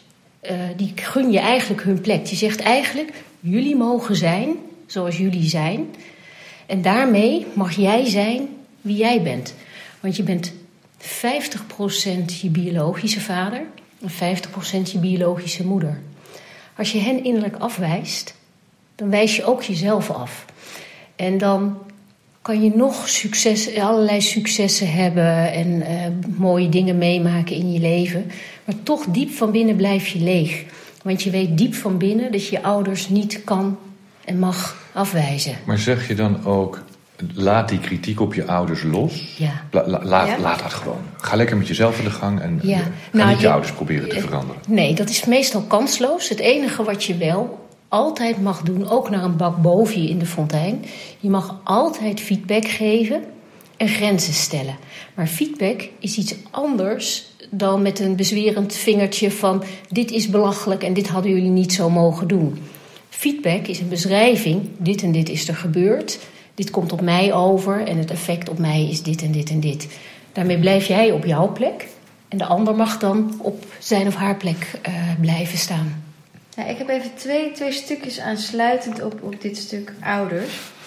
die gun je eigenlijk hun plek. Je zegt eigenlijk, jullie mogen zijn zoals jullie zijn. En daarmee mag jij zijn wie jij bent. Want je bent 50% je biologische vader en 50% je biologische moeder. Als je hen innerlijk afwijst, dan wijs je ook jezelf af. En dan kan je nog allerlei successen hebben en mooie dingen meemaken in je leven. Maar toch diep van binnen blijf je leeg. Want je weet diep van binnen dat je je ouders niet kan en mag afwijzen. Maar zeg je dan ook, laat die kritiek op je ouders los? Ja. Laat dat gewoon. Ga lekker met jezelf aan de gang en ga niet je ouders proberen te veranderen. Nee, dat is meestal kansloos. Het enige wat je wel altijd mag doen, ook naar een bak boven je in de fontein. Je mag altijd feedback geven en grenzen stellen. Maar feedback is iets anders dan met een bezwerend vingertje van dit is belachelijk en dit hadden jullie niet zo mogen doen. Feedback is een beschrijving, dit en dit is er gebeurd, dit komt op mij over en het effect op mij is dit en dit en dit. Daarmee blijf jij op jouw plek en de ander mag dan op zijn of haar plek blijven staan. Ja, ik heb even twee stukjes aansluitend op dit stuk ouders.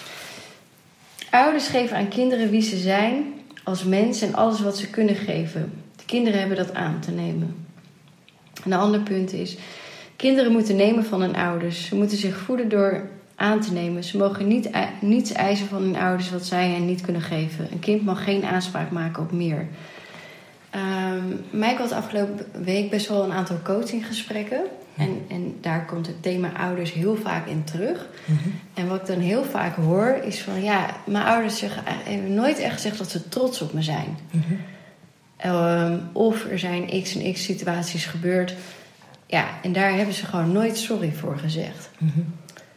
Ouders geven aan kinderen wie ze zijn als mens en alles wat ze kunnen geven. De kinderen hebben dat aan te nemen. Een ander punt is, kinderen moeten nemen van hun ouders. Ze moeten zich voeden door aan te nemen. Ze mogen niets eisen van hun ouders wat zij hen niet kunnen geven. Een kind mag geen aanspraak maken op meer. Michael had afgelopen week best wel een aantal coachinggesprekken. En daar komt het thema ouders heel vaak in terug. Mm-hmm. En wat ik dan heel vaak hoor is van... ja, mijn ouders hebben nooit echt gezegd dat ze trots op me zijn. Mm-hmm. Of er zijn x en x situaties gebeurd. Ja, en daar hebben ze gewoon nooit sorry voor gezegd. Mm-hmm.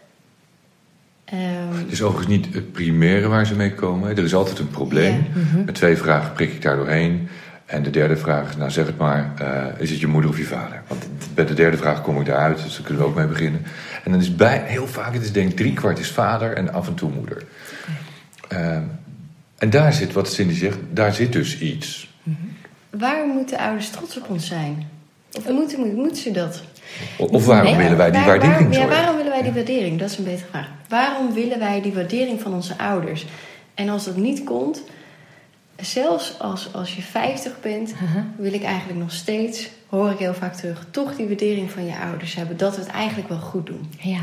Het is overigens niet het primaire waar ze mee komen. Er is altijd een probleem. Yeah. Mm-hmm. Met 2 vragen prik ik daar doorheen. En de derde vraag is, nou zeg het maar, is het je moeder of je vader? Want bij de derde vraag kom ik daaruit, dus daar kunnen we ook mee beginnen. En dan is heel vaak, het is denk ik 3/4 is vader en af en toe moeder. Okay. En daar zit, wat Cindy zegt, daar zit dus iets. Mm-hmm. Waarom moeten ouders trots op ons zijn? Of moeten ze dat? Of waarom willen wij die waardering? Waarom willen wij die waardering? Dat is een betere vraag. Waarom willen wij die waardering van onze ouders? En als dat niet komt... zelfs als je 50 bent, wil ik eigenlijk nog steeds, hoor ik heel vaak terug, toch die waardering van je ouders hebben, dat we het eigenlijk wel goed doen. Ja.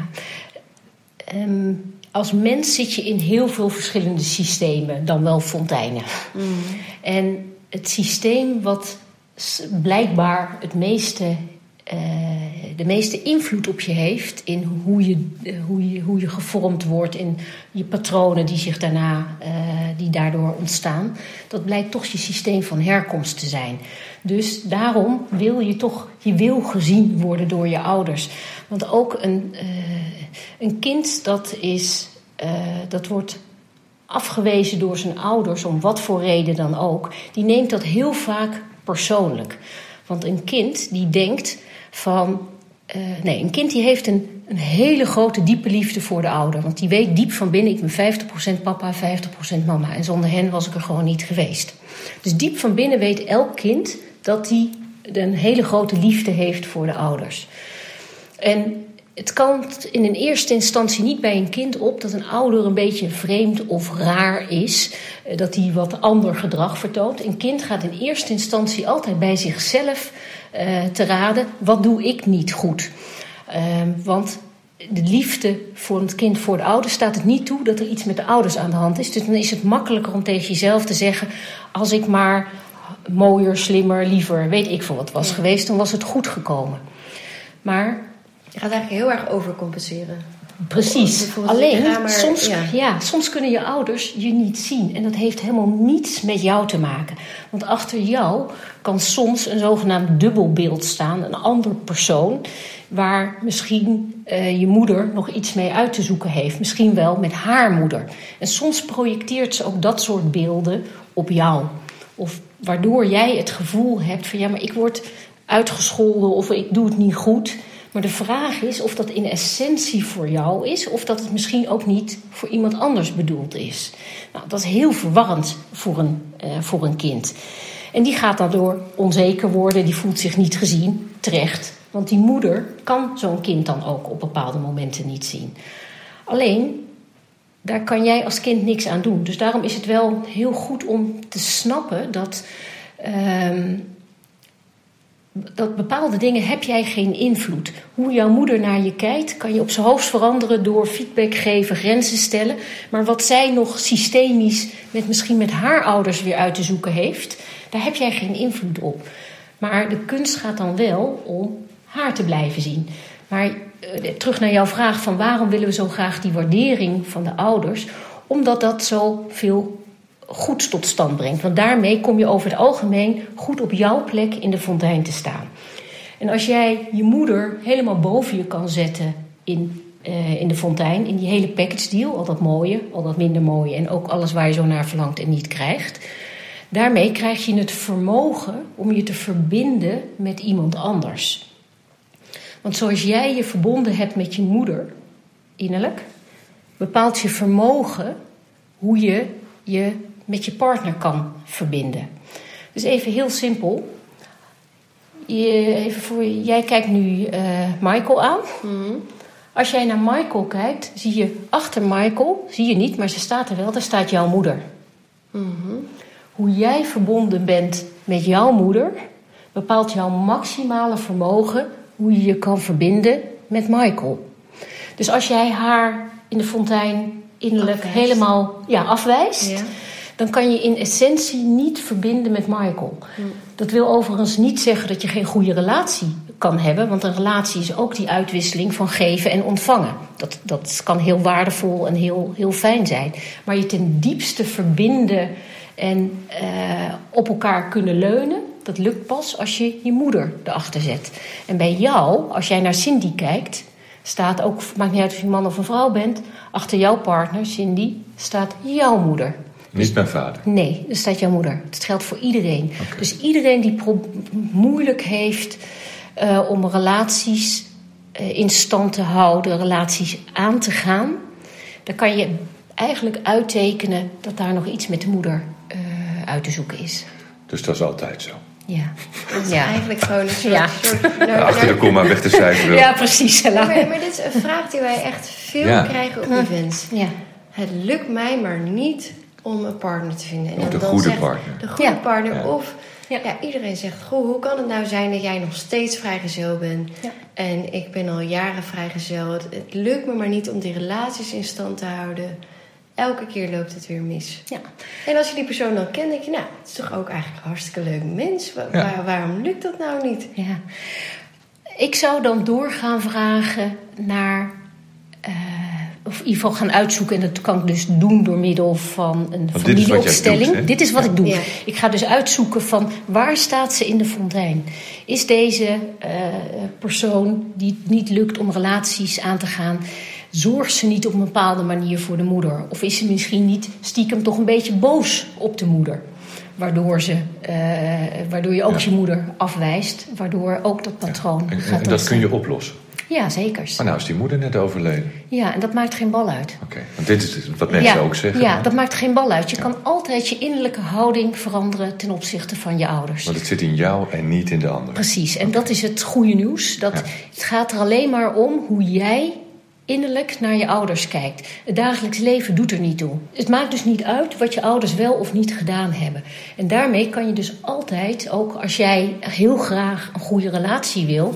Als mens zit je in heel veel verschillende systemen, dan wel fonteinen. Mm. En het systeem wat blijkbaar de meeste invloed op je heeft in hoe je gevormd wordt in je patronen die zich die daardoor ontstaan, dat blijkt toch je systeem van herkomst te zijn. Dus daarom wil je wil gezien worden door je ouders. Want ook een kind dat wordt afgewezen door zijn ouders, om wat voor reden dan ook, die neemt dat heel vaak persoonlijk. Want een kind die denkt een kind die heeft een hele grote diepe liefde voor de ouder. Want die weet diep van binnen, ik ben 50% papa, 50% mama. En zonder hen was ik er gewoon niet geweest. Dus diep van binnen weet elk kind dat hij een hele grote liefde heeft voor de ouders. En het kan in een eerste instantie niet bij een kind op dat een ouder een beetje vreemd of raar is. Dat hij wat ander gedrag vertoont. Een kind gaat in eerste instantie altijd bij zichzelf te raden, wat doe ik niet goed? Want de liefde voor het kind voor de ouders staat het niet toe dat er iets met de ouders aan de hand is. Dus dan is het makkelijker om tegen jezelf te zeggen, als ik maar mooier, slimmer, liever, weet ik veel wat was geweest, dan was het goed gekomen. Maar je gaat eigenlijk heel erg overcompenseren. Precies. Alleen, soms kunnen je ouders je niet zien. En dat heeft helemaal niets met jou te maken. Want achter jou kan soms een zogenaamd dubbelbeeld staan. Een andere persoon waar misschien je moeder nog iets mee uit te zoeken heeft. Misschien wel met haar moeder. En soms projecteert ze ook dat soort beelden op jou. Of waardoor jij het gevoel hebt van, ja, maar ik word uitgescholden of ik doe het niet goed. Maar de vraag is of dat in essentie voor jou is, of dat het misschien ook niet voor iemand anders bedoeld is. Nou, dat is heel verwarrend voor een kind. En die gaat daardoor onzeker worden, die voelt zich niet gezien, terecht. Want die moeder kan zo'n kind dan ook op bepaalde momenten niet zien. Alleen, daar kan jij als kind niks aan doen. Dus daarom is het wel heel goed om te snappen dat bepaalde dingen heb jij geen invloed. Hoe jouw moeder naar je kijkt, kan je op zijn hoofd veranderen door feedback geven, grenzen stellen. Maar wat zij nog systemisch misschien met haar ouders weer uit te zoeken heeft, daar heb jij geen invloed op. Maar de kunst gaat dan wel om haar te blijven zien. Maar terug naar jouw vraag van waarom willen we zo graag die waardering van de ouders? Omdat dat zoveel goeds tot stand brengt. Want daarmee kom je over het algemeen goed op jouw plek in de fontein te staan. En als jij je moeder helemaal boven je kan zetten in de fontein, in die hele package deal, al dat mooie, al dat minder mooie en ook alles waar je zo naar verlangt en niet krijgt, daarmee krijg je het vermogen om je te verbinden met iemand anders. Want zoals jij je verbonden hebt met je moeder, innerlijk, bepaalt je vermogen hoe je je met je partner kan verbinden. Dus even heel simpel. Jij kijkt nu Michael aan. Mm-hmm. Als jij naar Michael kijkt, zie je achter Michael, zie je niet, maar ze staat er wel, daar staat jouw moeder. Mm-hmm. Hoe jij verbonden bent met jouw moeder, bepaalt jouw maximale vermogen hoe je je kan verbinden met Michael. Dus als jij haar in de fontein innerlijk helemaal afwijst, dan kan je in essentie niet verbinden met Michael. Dat wil overigens niet zeggen dat je geen goede relatie kan hebben, want een relatie is ook die uitwisseling van geven en ontvangen. Dat kan heel waardevol en heel fijn zijn. Maar je ten diepste verbinden en op elkaar kunnen leunen, dat lukt pas als je je moeder erachter zet. En bij jou, als jij naar Cindy kijkt, staat ook, maakt niet uit of je man of een vrouw bent, achter jouw partner, Cindy, staat jouw moeder. Niet mijn vader? Nee, er staat jouw moeder. Dat geldt voor iedereen. Okay. Dus iedereen die moeilijk heeft om relaties in stand te houden, relaties aan te gaan, dan kan je eigenlijk uittekenen dat daar nog iets met de moeder uit te zoeken is. Dus dat is altijd zo? Ja. Dat is eigenlijk gewoon een soort achter de komma weg te cijferen. Ja, precies. Maar dit is een vraag die wij echt veel krijgen op events. Ja. Het lukt mij maar niet om een partner te vinden. En de goede partner. De goede partner. Ja. Of iedereen zegt, goh, hoe kan het nou zijn dat jij nog steeds vrijgezel bent? Ja. En ik ben al jaren vrijgezel. Het lukt me maar niet om die relaties in stand te houden. Elke keer loopt het weer mis. Ja. En als je die persoon dan kent, denk je, nou, het is toch ook eigenlijk een hartstikke leuk mens. Waarom lukt dat nou niet? Ja. Ik zou dan doorgaan vragen naar, of in ieder geval gaan uitzoeken, en dat kan ik dus doen door middel van een familieopstelling. Dit is wat ik doe. Ja. Ik ga dus uitzoeken van waar staat ze in de fontein. Is deze persoon die het niet lukt om relaties aan te gaan, zorgt ze niet op een bepaalde manier voor de moeder? Of is ze misschien niet stiekem toch een beetje boos op de moeder? Waardoor je ook je moeder afwijst. Waardoor ook dat patroon gaat. En dat kun je oplossen? Ja, zeker. Maar nou is die moeder net overleden. Ja, en dat maakt geen bal uit. Oké, want dit is wat mensen ook zeggen. Ja, dat maakt geen bal uit. Je kan altijd je innerlijke houding veranderen ten opzichte van je ouders. Want het zit in jou en niet in de ander. Precies, en dat is het goede nieuws. Het gaat er alleen maar om hoe jij innerlijk naar je ouders kijkt. Het dagelijks leven doet er niet toe. Het maakt dus niet uit wat je ouders wel of niet gedaan hebben. En daarmee kan je dus altijd, ook als jij heel graag een goede relatie wil,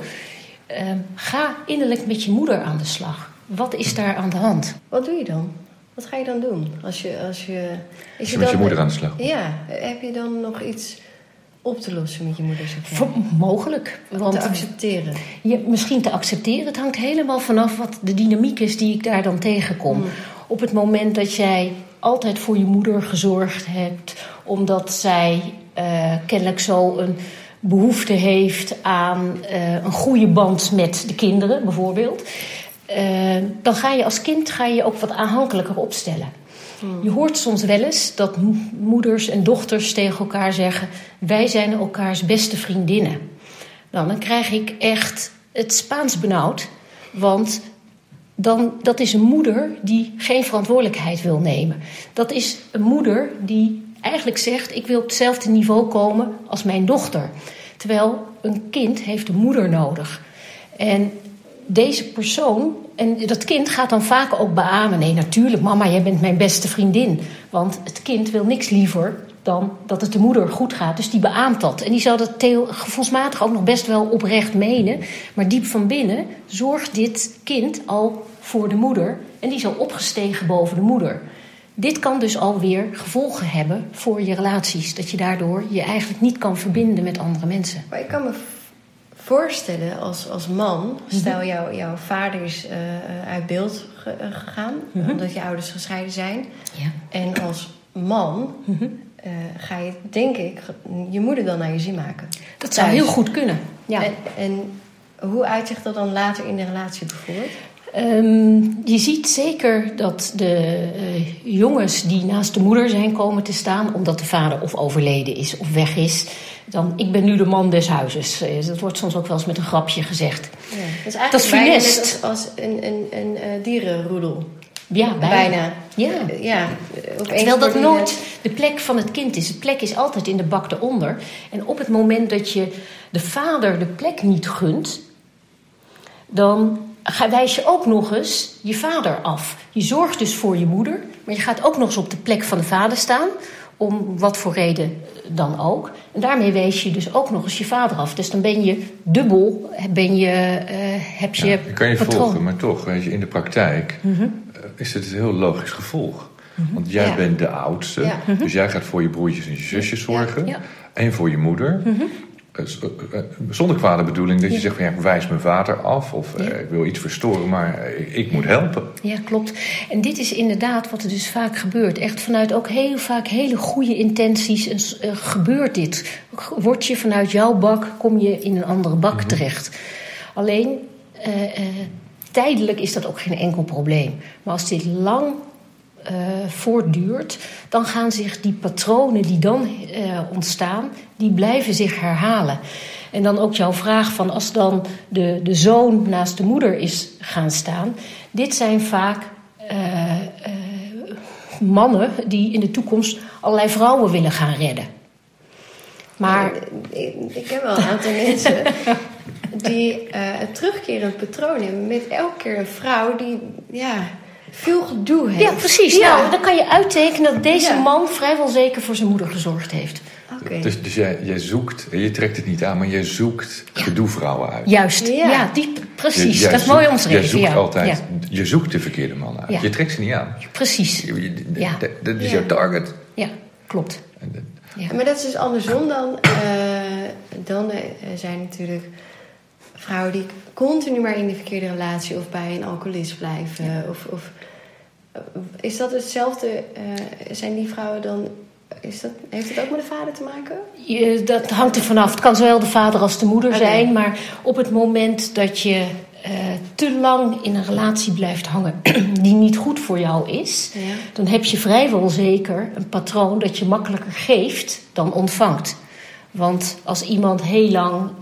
ga innerlijk met je moeder aan de slag. Wat is daar aan de hand? Wat doe je dan? Wat ga je dan doen? Als je met je moeder aan de slag? Ja, heb je dan nog iets op te lossen met je moeder? Mogelijk. Want te accepteren? Misschien te accepteren. Het hangt helemaal vanaf wat de dynamiek is die ik daar dan tegenkom. Op het moment dat jij altijd voor je moeder gezorgd hebt, omdat zij kennelijk zo een behoefte heeft aan een goede band met de kinderen, bijvoorbeeld, dan ga je als kind je ook wat aanhankelijker opstellen. Je hoort soms wel eens dat moeders en dochters tegen elkaar zeggen, wij zijn elkaars beste vriendinnen. Dan krijg ik echt het Spaans benauwd, want dat is een moeder die geen verantwoordelijkheid wil nemen. Dat is een moeder die eigenlijk zegt, ik wil op hetzelfde niveau komen als mijn dochter. Terwijl een kind heeft een moeder nodig. En deze persoon, en dat kind gaat dan vaak ook beamen. Nee, natuurlijk, mama, jij bent mijn beste vriendin. Want het kind wil niks liever dan dat het de moeder goed gaat. Dus die beaamt dat. En die zou dat gevoelsmatig ook nog best wel oprecht menen. Maar diep van binnen zorgt dit kind al voor de moeder. En die is al opgestegen boven de moeder. Dit kan dus alweer gevolgen hebben voor je relaties. Dat je daardoor je eigenlijk niet kan verbinden met andere mensen. Maar ik kan me voorstellen als man, stel jouw vader is uit beeld gegaan, omdat je ouders gescheiden zijn. Ja. En als man ga je, denk ik, je moeder dan naar je zin maken. Dat zou heel goed kunnen. Ja. En hoe uitzicht dat dan later in de relatie bijvoorbeeld? Je ziet zeker dat de jongens die naast de moeder zijn komen te staan, omdat de vader of overleden is of weg is, dan ik ben nu de man des huizes. Dat wordt soms ook wel eens met een grapje gezegd. Ja, dat is funest. Als een dierenroedel. Ja, bijna. Ja. Terwijl dat nooit de plek van het kind is. De plek is altijd in de bak eronder. En op het moment dat je de vader de plek niet gunt, dan wijs je ook nog eens je vader af. Je zorgt dus voor je moeder, maar je gaat ook nog eens op de plek van de vader staan, om wat voor reden dan ook. En daarmee wees je dus ook nog eens je vader af. Dus dan ben je dubbel, heb je ik kan je patroon volgen, maar toch, weet je, in de praktijk is het een heel logisch gevolg. Want jij bent de oudste, dus jij gaat voor je broertjes en je zusjes zorgen. En voor je moeder. Zonder kwade bedoeling dat je zegt van ik wijs mijn vader af of ik wil iets verstoren, maar ik moet helpen. Ja, klopt. En dit is inderdaad wat er dus vaak gebeurt. Echt vanuit ook heel vaak hele goede intenties gebeurt dit. Word je vanuit jouw bak, kom je in een andere bak terecht. Alleen tijdelijk is dat ook geen enkel probleem. Maar als dit lang voortduurt, dan gaan zich die patronen die dan ontstaan, die blijven zich herhalen. En dan ook jouw vraag van als dan de zoon naast de moeder is gaan staan. Dit zijn vaak mannen die in de toekomst allerlei vrouwen willen gaan redden. Maar ik ken wel een aantal mensen die een terugkerend patroon hebben met elke keer een vrouw die veel gedoe heeft. Ja, precies. Ja. Nou, dan kan je uittekenen dat deze man vrijwel zeker voor zijn moeder gezorgd heeft. Okay. Dus jij zoekt, je trekt het niet aan, maar jij zoekt gedoevrouwen uit. Juist, precies. Dat is mooi omschreven. Je zoekt altijd, je zoekt de verkeerde man uit. Ja. Je trekt ze niet aan. Precies. Dat is jouw target. Ja, klopt. Maar dat is dus andersom dan zijn natuurlijk vrouwen die continu maar in de verkeerde relatie of bij een alcoholist blijven. Ja. Of is dat hetzelfde? Zijn die vrouwen dan? Heeft het ook met de vader te maken? Dat hangt er vanaf. Het kan zowel de vader als de moeder zijn. Maar op het moment dat je te lang in een relatie blijft hangen die niet goed voor jou is, dan heb je vrijwel zeker een patroon dat je makkelijker geeft dan ontvangt. Want als iemand heel lang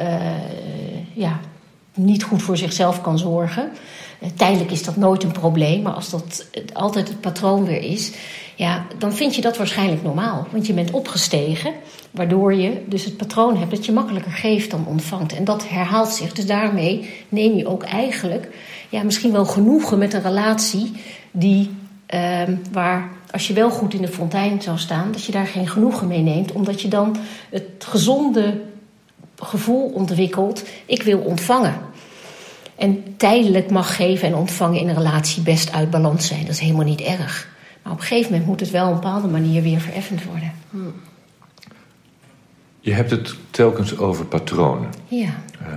niet goed voor zichzelf kan zorgen, tijdelijk is dat nooit een probleem, maar als dat altijd het patroon weer is, dan vind je dat waarschijnlijk normaal. Want je bent opgestegen, waardoor je dus het patroon hebt dat je makkelijker geeft dan ontvangt. En dat herhaalt zich. Dus daarmee neem je ook eigenlijk misschien wel genoegen met een relatie die waar als je wel goed in de fontein zou staan, dat je daar geen genoegen mee neemt, omdat je dan het gezonde gevoel ontwikkelt, ik wil ontvangen. En tijdelijk mag geven en ontvangen in een relatie best uit balans zijn. Dat is helemaal niet erg. Maar op een gegeven moment moet het wel op een bepaalde manier weer vereffend worden. Je hebt het telkens over patronen. Ja.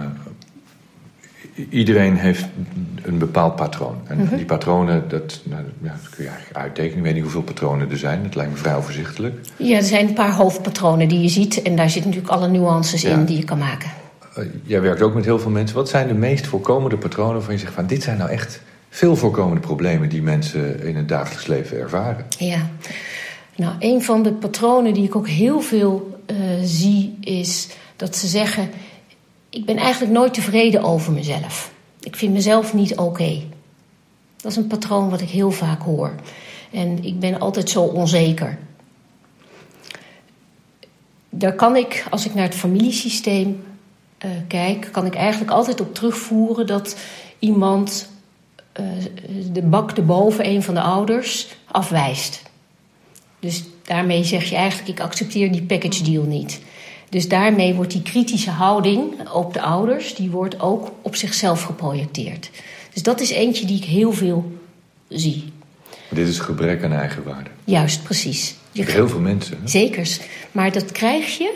Iedereen heeft een bepaald patroon. En die patronen, dat kun je eigenlijk uittekenen. Ik weet niet hoeveel patronen er zijn. Dat lijkt me vrij overzichtelijk. Ja, er zijn een paar hoofdpatronen die je ziet. En daar zitten natuurlijk alle nuances in die je kan maken. Jij werkt ook met heel veel mensen. Wat zijn de meest voorkomende patronen waarvan je zegt van dit zijn nou echt veel voorkomende problemen die mensen in het dagelijks leven ervaren? Ja, nou een van de patronen die ik ook heel veel zie is dat ze zeggen, ik ben eigenlijk nooit tevreden over mezelf. Ik vind mezelf niet oké. Dat is een patroon wat ik heel vaak hoor. En ik ben altijd zo onzeker. Daar kan ik, als ik naar het familiesysteem kijk, kan ik eigenlijk altijd op terugvoeren dat iemand de bak erboven, een van de ouders, afwijst. Dus daarmee zeg je eigenlijk, ik accepteer die package deal niet. Dus daarmee wordt die kritische houding op de ouders, die wordt ook op zichzelf geprojecteerd. Dus dat is eentje die ik heel veel zie. Dit is gebrek aan eigenwaarde. Juist, precies. Heel veel mensen. Hè? Zekers. Maar dat krijg je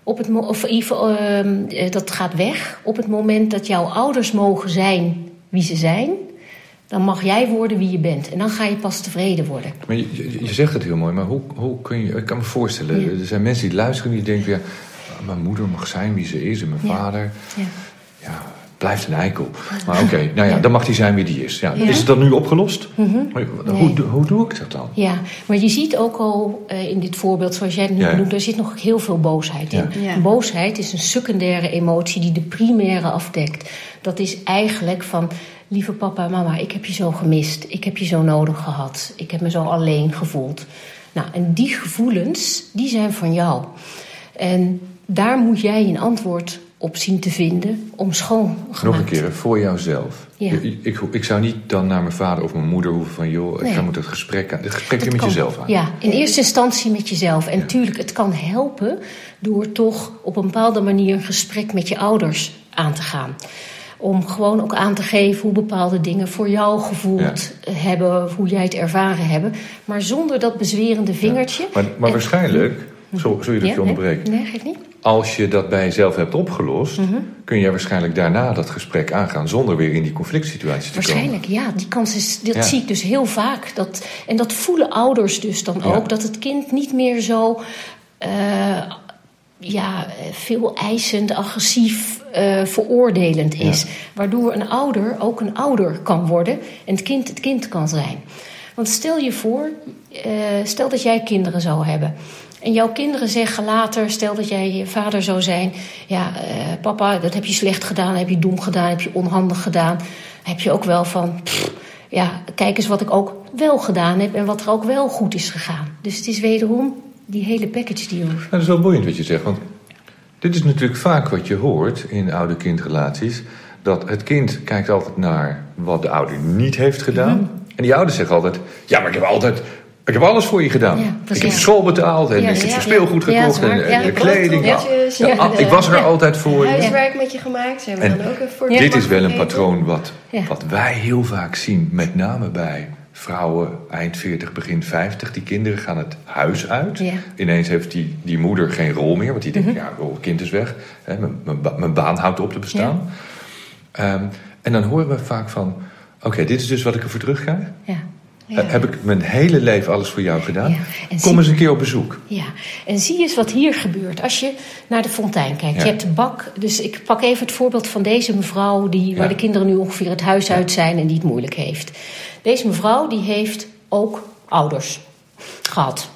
dat gaat weg op het moment dat jouw ouders mogen zijn wie ze zijn. Dan mag jij worden wie je bent. En dan ga je pas tevreden worden. Maar je zegt het heel mooi, maar hoe kun je... Ik kan me voorstellen, er zijn mensen die luisteren die denken... Ja, mijn moeder mag zijn wie ze is en mijn vader... Ja, blijft een eikel. Maar oké, dan mag die zijn wie die is. Ja. Is het dan nu opgelost? Mm-hmm. Hoe doe ik dat dan? Ja, maar je ziet ook al in dit voorbeeld, zoals jij het nu noemt... er zit nog heel veel boosheid in. Ja. Boosheid is een secundaire emotie die de primaire afdekt. Dat is eigenlijk van... Lieve papa en mama, ik heb je zo gemist. Ik heb je zo nodig gehad. Ik heb me zo alleen gevoeld. Nou, en die gevoelens, die zijn van jou. En daar moet jij een antwoord op zien te vinden om schoongemaakt. Nog een keer, voor jouzelf. Ja. Ik zou niet dan naar mijn vader of mijn moeder hoeven van... joh, ik moet het gesprek met jezelf aan. Ja, in eerste instantie met jezelf. En natuurlijk, het kan helpen door toch op een bepaalde manier... een gesprek met je ouders aan te gaan. Om gewoon ook aan te geven hoe bepaalde dingen voor jou gevoeld hebben... hoe jij het ervaren hebben. Maar zonder dat bezwerende vingertje. Ja. Maar waarschijnlijk, zul je dat je onderbreken... Nee, geeft niet. Als je dat bij jezelf hebt opgelost... kun je waarschijnlijk daarna dat gesprek aangaan... zonder weer in die conflict situatie te waarschijnlijk, komen. Ja. Die kans is, dat zie ik dus heel vaak. En dat voelen ouders dus dan ook. Dat het kind niet meer zo... veel eisend, agressief, veroordelend is. Ja. Waardoor een ouder ook een ouder kan worden en het kind kan zijn. Want stel je voor, stel dat jij kinderen zou hebben. En jouw kinderen zeggen later, stel dat jij je vader zou zijn... papa, dat heb je slecht gedaan, heb je dom gedaan, heb je onhandig gedaan. Heb je ook wel van... kijk eens wat ik ook wel gedaan heb en wat er ook wel goed is gegaan. Dus het is wederom... die hele package deal. Nou, dat is wel boeiend wat je zegt. Want dit is natuurlijk vaak wat je hoort in ouder-kindrelaties. Dat het kind kijkt altijd naar wat de ouder niet heeft gedaan. Mm-hmm. En die ouders zeggen altijd... ja, maar ik heb alles voor je gedaan. Ja, ik heb je school betaald en ik heb je speelgoed gekocht en je kleding. Ik was er altijd voor je. Huiswerk met je gemaakt. Zijn we dan ook voor dit is wel een patroon wat wij heel vaak zien. Met name bij... vrouwen eind 40, begin 50, die kinderen gaan het huis uit. Ja. Ineens heeft die moeder geen rol meer. Want die denkt, het kind is weg. Mijn baan houdt op te bestaan. Ja. En dan horen we vaak van... oké, dit is dus wat ik ervoor terugkrijg. Ja. Ja. Heb ik mijn hele leven alles voor jou gedaan? Ja. Kom eens een keer op bezoek. Ja, en zie eens wat hier gebeurt. Als je naar de fontein kijkt. Ja. Je hebt de bak. Dus ik pak even het voorbeeld van deze mevrouw... waar de kinderen nu ongeveer het huis uit zijn... en die het moeilijk heeft. Deze mevrouw die heeft ook ouders gehad.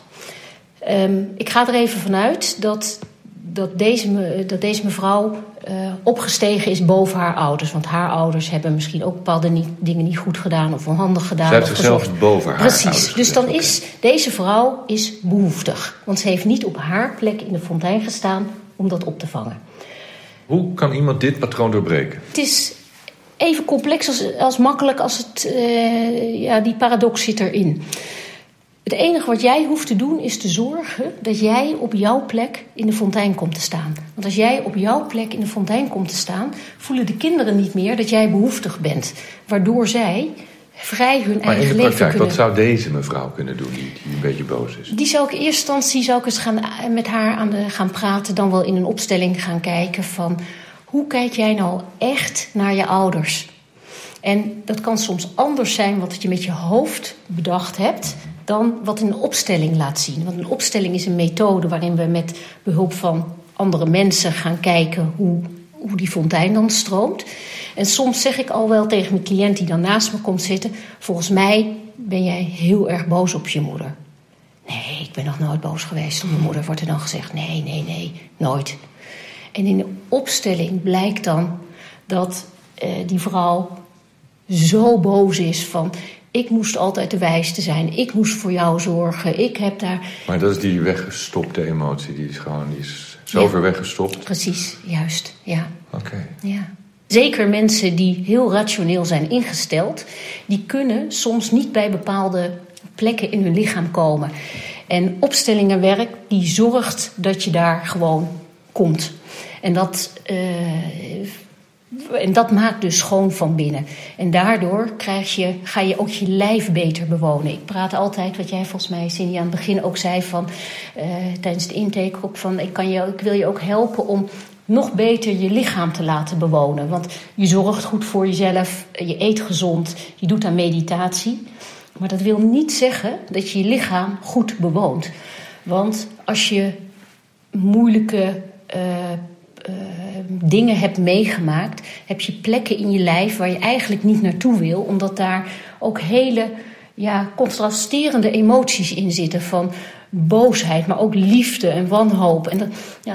Ik ga er even vanuit dat deze mevrouw opgestegen is boven haar ouders. Want haar ouders hebben misschien ook bepaalde dingen niet goed gedaan... of onhandig gedaan. Zij heeft zichzelf boven haar ouders. Precies, dus dan is deze vrouw behoeftig. Want ze heeft niet op haar plek in de fontein gestaan om dat op te vangen. Hoe kan iemand dit patroon doorbreken? Het is... even complex als makkelijk als het... die paradox zit erin. Het enige wat jij hoeft te doen is te zorgen... dat jij op jouw plek in de fontein komt te staan. Want als jij op jouw plek in de fontein komt te staan... voelen de kinderen niet meer dat jij behoeftig bent. Waardoor zij vrij hun eigen leven kunnen... Maar in de praktijk, wat zou deze mevrouw kunnen doen die een beetje boos is? Die zou ik in eerste instantie eens met haar gaan praten... dan wel in een opstelling gaan kijken van... hoe kijk jij nou echt naar je ouders? En dat kan soms anders zijn wat je met je hoofd bedacht hebt... dan wat een opstelling laat zien. Want een opstelling is een methode waarin we met behulp van andere mensen gaan kijken... hoe die fontein dan stroomt. En soms zeg ik al wel tegen mijn cliënt die dan naast me komt zitten... volgens mij ben jij heel erg boos op je moeder. Nee, ik ben nog nooit boos geweest op mijn moeder, wordt er dan gezegd. Nee, nooit. En in de opstelling blijkt dan dat die vrouw zo boos is van... ik moest altijd de wijste zijn. Ik moest voor jou zorgen. Ik heb daar... Maar dat is die weggestopte emotie. Die is zo ver weggestopt. Precies, juist. Ja. Oké. Ja. Zeker mensen die heel rationeel zijn ingesteld, die kunnen soms niet bij bepaalde plekken in hun lichaam komen. En opstellingenwerk die zorgt dat je daar gewoon komt. En dat maakt dus schoon van binnen. En daardoor ga je ook je lijf beter bewonen. Ik praat altijd, wat jij volgens mij, Cindy, aan het begin ook zei van tijdens de intake ook van ik wil je ook helpen om nog beter je lichaam te laten bewonen. Want je zorgt goed voor jezelf, je eet gezond, je doet aan meditatie. Maar dat wil niet zeggen dat je je lichaam goed bewoont. Want als je moeilijke dingen hebt meegemaakt, heb je plekken in je lijf waar je eigenlijk niet naartoe wil, omdat daar ook hele contrasterende emoties in zitten van boosheid, maar ook liefde en wanhoop. En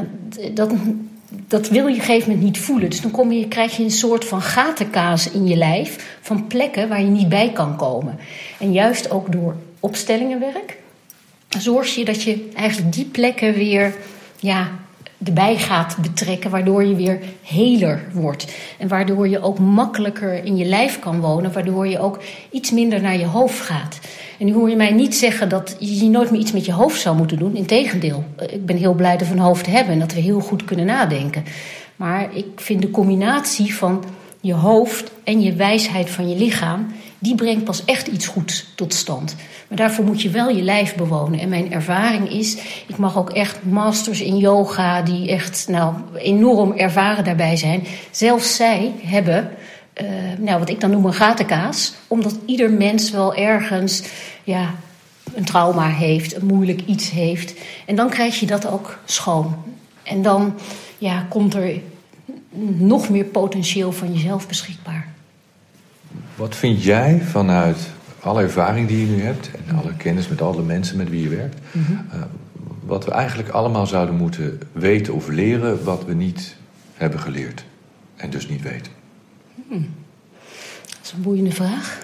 dat wil je op een gegeven moment niet voelen. Dus dan krijg je een soort van gatenkaas in je lijf van plekken waar je niet bij kan komen. En juist ook door opstellingenwerk zorg je dat je eigenlijk die plekken weer erbij gaat betrekken, waardoor je weer heler wordt. En waardoor je ook makkelijker in je lijf kan wonen, waardoor je ook iets minder naar je hoofd gaat. En nu hoor je mij niet zeggen dat je nooit meer iets met je hoofd zou moeten doen. Integendeel, ik ben heel blij dat we een hoofd hebben en dat we heel goed kunnen nadenken. Maar ik vind de combinatie van je hoofd en je wijsheid van je lichaam, die brengt pas echt iets goeds tot stand. Maar daarvoor moet je wel je lijf bewonen. En mijn ervaring is, ik mag ook echt masters in yoga die echt enorm ervaren daarbij zijn. Zelfs zij hebben wat ik dan noem een gatenkaas. Omdat ieder mens wel ergens een trauma heeft, een moeilijk iets heeft. En dan krijg je dat ook schoon. En dan komt er nog meer potentieel van jezelf beschikbaar. Wat vind jij vanuit alle ervaring die je nu hebt en alle kennis met alle mensen met wie je werkt, wat we eigenlijk allemaal zouden moeten weten of leren wat we niet hebben geleerd en dus niet weten? Dat is een boeiende vraag.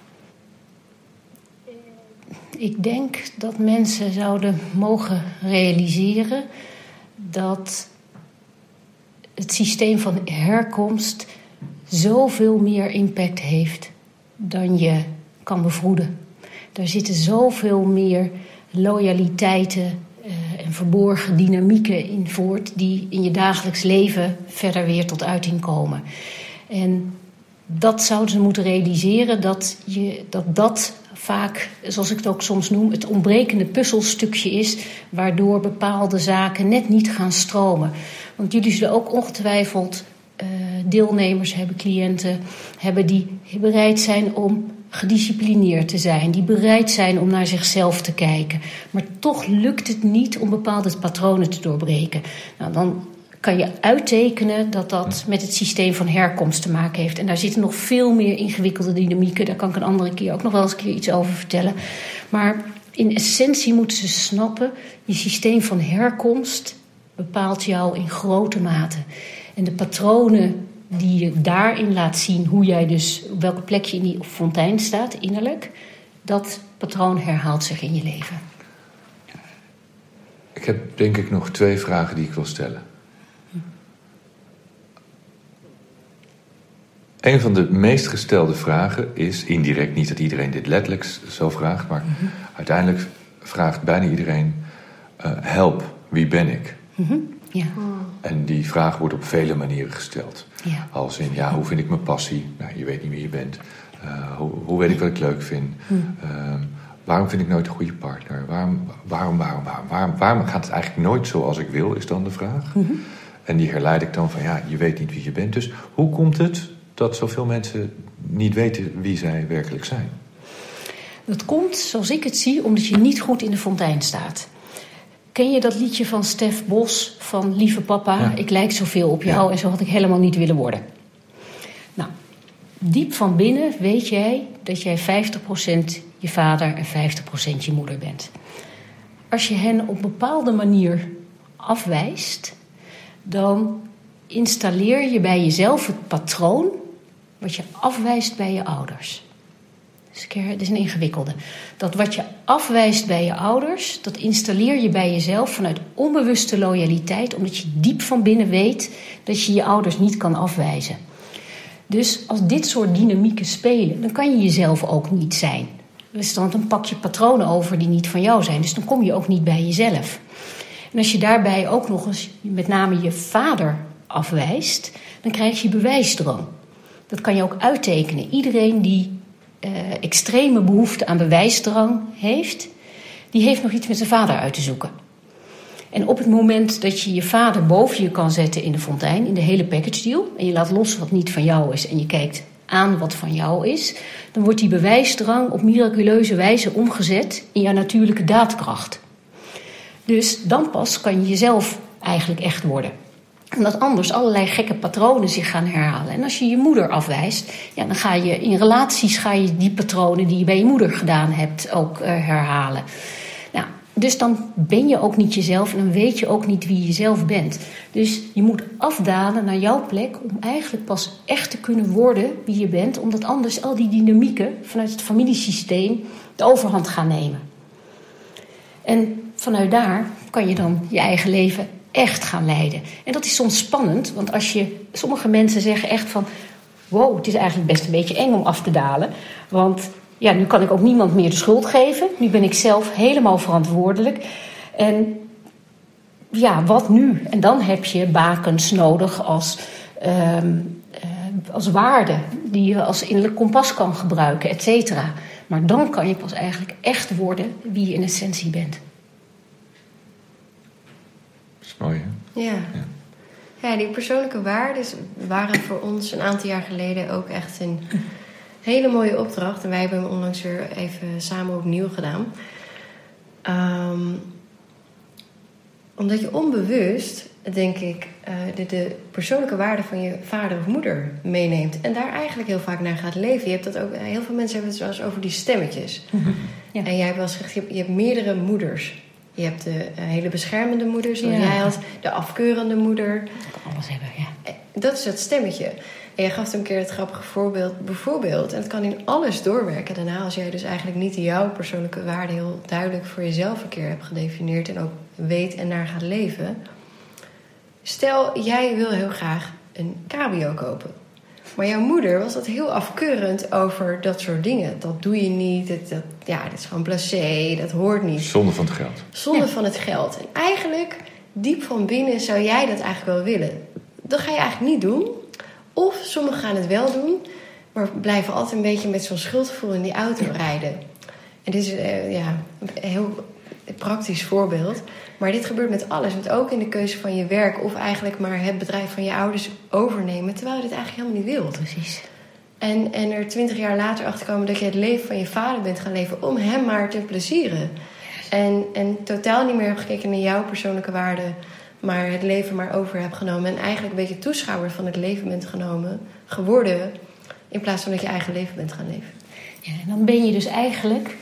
Ik denk dat mensen zouden mogen realiseren dat het systeem van herkomst zoveel meer impact heeft dan je kan bevroeden. Daar zitten zoveel meer loyaliteiten en verborgen dynamieken in voort die in je dagelijks leven verder weer tot uiting komen. En dat zouden ze moeten realiseren, dat vaak, zoals ik het ook soms noem, het ontbrekende puzzelstukje is waardoor bepaalde zaken net niet gaan stromen. Want jullie zullen ook ongetwijfeld deelnemers hebben, cliënten hebben die bereid zijn om gedisciplineerd te zijn, die bereid zijn om naar zichzelf te kijken. Maar toch lukt het niet om bepaalde patronen te doorbreken. Nou, dan kan je uittekenen dat met het systeem van herkomst te maken heeft. En daar zitten nog veel meer ingewikkelde dynamieken. Daar kan ik een andere keer ook nog wel eens een keer iets over vertellen. Maar in essentie moeten ze snappen, je systeem van herkomst bepaalt jou in grote mate. En de patronen die je daarin laat zien, hoe jij dus op welke plek je in die fontein staat, innerlijk, dat patroon herhaalt zich in je leven. Ik heb denk ik nog 2 vragen die ik wil stellen. Een van de meest gestelde vragen is, indirect, niet dat iedereen dit letterlijk zo vraagt, maar uiteindelijk vraagt bijna iedereen, help, wie ben ik? Ja. En die vraag wordt op vele manieren gesteld. Ja. Als in, hoe vind ik mijn passie? Nou, je weet niet wie je bent. Hoe weet ik wat ik leuk vind? Waarom vind ik nooit een goede partner? Waarom gaat het eigenlijk nooit zoals ik wil, is dan de vraag. En die herleid ik dan van, je weet niet wie je bent. Dus hoe komt het dat zoveel mensen niet weten wie zij werkelijk zijn? Dat komt, zoals ik het zie, omdat je niet goed in de fontein staat. Ken je dat liedje van Stef Bos van Lieve papa, ik lijk zoveel op jou en zo had ik helemaal niet willen worden. Nou, diep van binnen weet jij dat jij 50% je vader en 50% je moeder bent. Als je hen op een bepaalde manier afwijst, dan installeer je bij jezelf het patroon wat je afwijst bij je ouders. Het is een ingewikkelde. Dat wat je afwijst bij je ouders, dat installeer je bij jezelf vanuit onbewuste loyaliteit, omdat je diep van binnen weet dat je je ouders niet kan afwijzen. Dus als dit soort dynamieken spelen, dan kan je jezelf ook niet zijn. Dus dan pak je patronen over die niet van jou zijn. Dus dan kom je ook niet bij jezelf. En als je daarbij ook nog eens met name je vader afwijst, dan krijg je bewijsdrang. Dat kan je ook uittekenen. Iedereen die extreme behoefte aan bewijsdrang heeft, die heeft nog iets met zijn vader uit te zoeken. En op het moment dat je je vader boven je kan zetten in de fontein, in de hele package deal, en je laat los wat niet van jou is en je kijkt aan wat van jou is, dan wordt die bewijsdrang op miraculeuze wijze omgezet in jouw natuurlijke daadkracht. Dus dan pas kan je jezelf eigenlijk echt worden. Omdat anders allerlei gekke patronen zich gaan herhalen. En als je je moeder afwijst, ja, dan ga je in relaties die patronen die je bij je moeder gedaan hebt ook herhalen. Nou, dus dan ben je ook niet jezelf en dan weet je ook niet wie je zelf bent. Dus je moet afdalen naar jouw plek om eigenlijk pas echt te kunnen worden wie je bent. Omdat anders al die dynamieken vanuit het familiesysteem de overhand gaan nemen. En vanuit daar kan je dan je eigen leven echt gaan leiden. En dat is soms spannend, want sommige mensen zeggen echt van, wow, het is eigenlijk best een beetje eng om af te dalen. Want ja, nu kan ik ook niemand meer de schuld geven. Nu ben ik zelf helemaal verantwoordelijk. En ja, wat nu? En dan heb je bakens nodig als waarde, die je als innerlijk kompas kan gebruiken, et cetera. Maar dan kan je pas eigenlijk echt worden wie je in essentie bent. Dat is mooi, hè? Ja, die persoonlijke waarden waren voor ons een aantal jaar geleden ook echt een hele mooie opdracht. En wij hebben hem onlangs weer even samen opnieuw gedaan. Omdat je onbewust, denk ik, de persoonlijke waarden van je vader of moeder meeneemt. En daar eigenlijk heel vaak naar gaat leven. Je hebt dat ook, heel veel mensen hebben het zoals over die stemmetjes. Ja. En jij hebt wel eens gezegd, je hebt meerdere moeders. Je hebt de hele beschermende moeder, zoals jij had. De afkeurende moeder. Dat kan alles hebben, ja. Dat is het stemmetje. En jij gaf toen een keer het grappige voorbeeld. Bijvoorbeeld, en het kan in alles doorwerken daarna, als jij dus eigenlijk niet jouw persoonlijke waarde heel duidelijk voor jezelf een keer hebt gedefinieerd en ook weet en naar gaat leven. Stel, jij wil heel graag een cabrio kopen. Maar jouw moeder was dat heel afkeurend over dat soort dingen. Dat doe je niet. Dit is gewoon blasé. Dat hoort niet. Zonde van het geld. Zonde van het geld. En eigenlijk, diep van binnen, zou jij dat eigenlijk wel willen. Dat ga je eigenlijk niet doen. Of sommigen gaan het wel doen, maar blijven altijd een beetje met zo'n schuldgevoel in die auto rijden. En dit is een heel praktisch voorbeeld. Maar dit gebeurt met alles. Met ook in de keuze van je werk of eigenlijk maar het bedrijf van je ouders overnemen, terwijl je dit eigenlijk helemaal niet wilt. Precies. En er 20 jaar later achterkomen dat je het leven van je vader bent gaan leven om hem maar te plezieren. En totaal niet meer hebt gekeken naar jouw persoonlijke waarden, maar het leven maar over hebt genomen. En eigenlijk een beetje toeschouwer van het leven bent geworden, in plaats van dat je eigen leven bent gaan leven. Ja, en dan ben je dus eigenlijk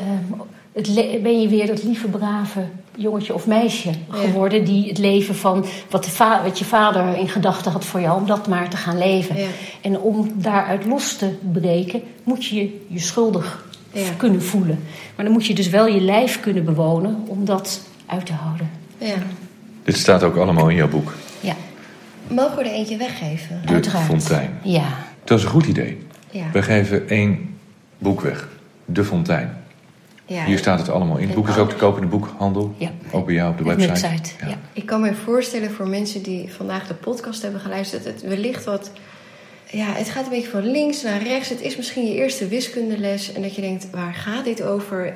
ben je weer dat lieve, brave jongetje of meisje geworden, die het leven van wat je vader in gedachten had voor jou, om dat maar te gaan leven. Ja. En om daaruit los te breken, moet je je schuldig kunnen voelen. Maar dan moet je dus wel je lijf kunnen bewonen om dat uit te houden. Ja. Dit staat ook allemaal in jouw boek. Ja. Mogen we er eentje weggeven? De Fontein. Ja. Dat is een goed idee. Ja. We geven 1 boek weg. De Fontein. Ja. Hier staat het allemaal in. Het boek is ook te kopen in de boekhandel. Ja. Ook bij jou op de website. Ja. Ik kan me voorstellen voor mensen die vandaag de podcast hebben geluisterd, het wellicht wat. Ja, het gaat een beetje van links naar rechts. Het is misschien je eerste wiskundeles en dat je denkt, waar gaat dit over?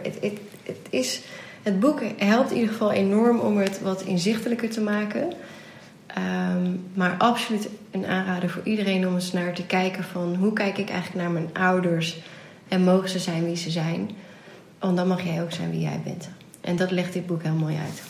Het boek helpt in ieder geval enorm om het wat inzichtelijker te maken. Maar absoluut een aanrader voor iedereen om eens naar te kijken van, hoe kijk ik eigenlijk naar mijn ouders en mogen ze zijn wie ze zijn? Want dan mag jij ook zijn wie jij bent. En dat legt dit boek heel mooi uit.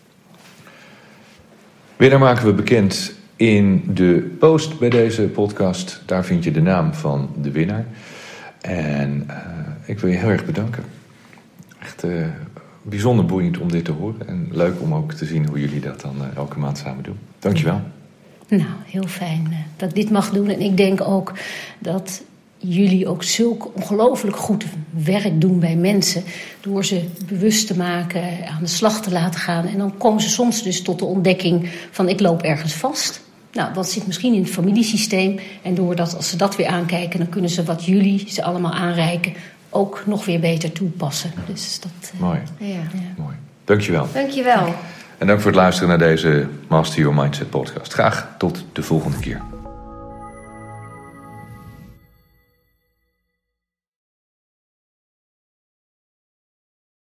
Winnaar maken we bekend in de post bij deze podcast. Daar vind je de naam van de winnaar. En ik wil je heel erg bedanken. Echt bijzonder boeiend om dit te horen. En leuk om ook te zien hoe jullie dat dan elke maand samen doen. Dankjewel. Nou, heel fijn dat ik dit mag doen. En ik denk ook dat jullie ook zulk ongelooflijk goed werk doen bij mensen. Door ze bewust te maken, aan de slag te laten gaan. En dan komen ze soms dus tot de ontdekking van ik loop ergens vast. Nou, dat zit misschien in het familiesysteem. En doordat, als ze dat weer aankijken, dan kunnen ze wat jullie ze allemaal aanreiken ook nog weer beter toepassen. Dus dat, Mooi. Ja. Mooi. Dankjewel. Dankjewel. En dank voor het luisteren naar deze Master Your Mindset podcast. Graag tot de volgende keer.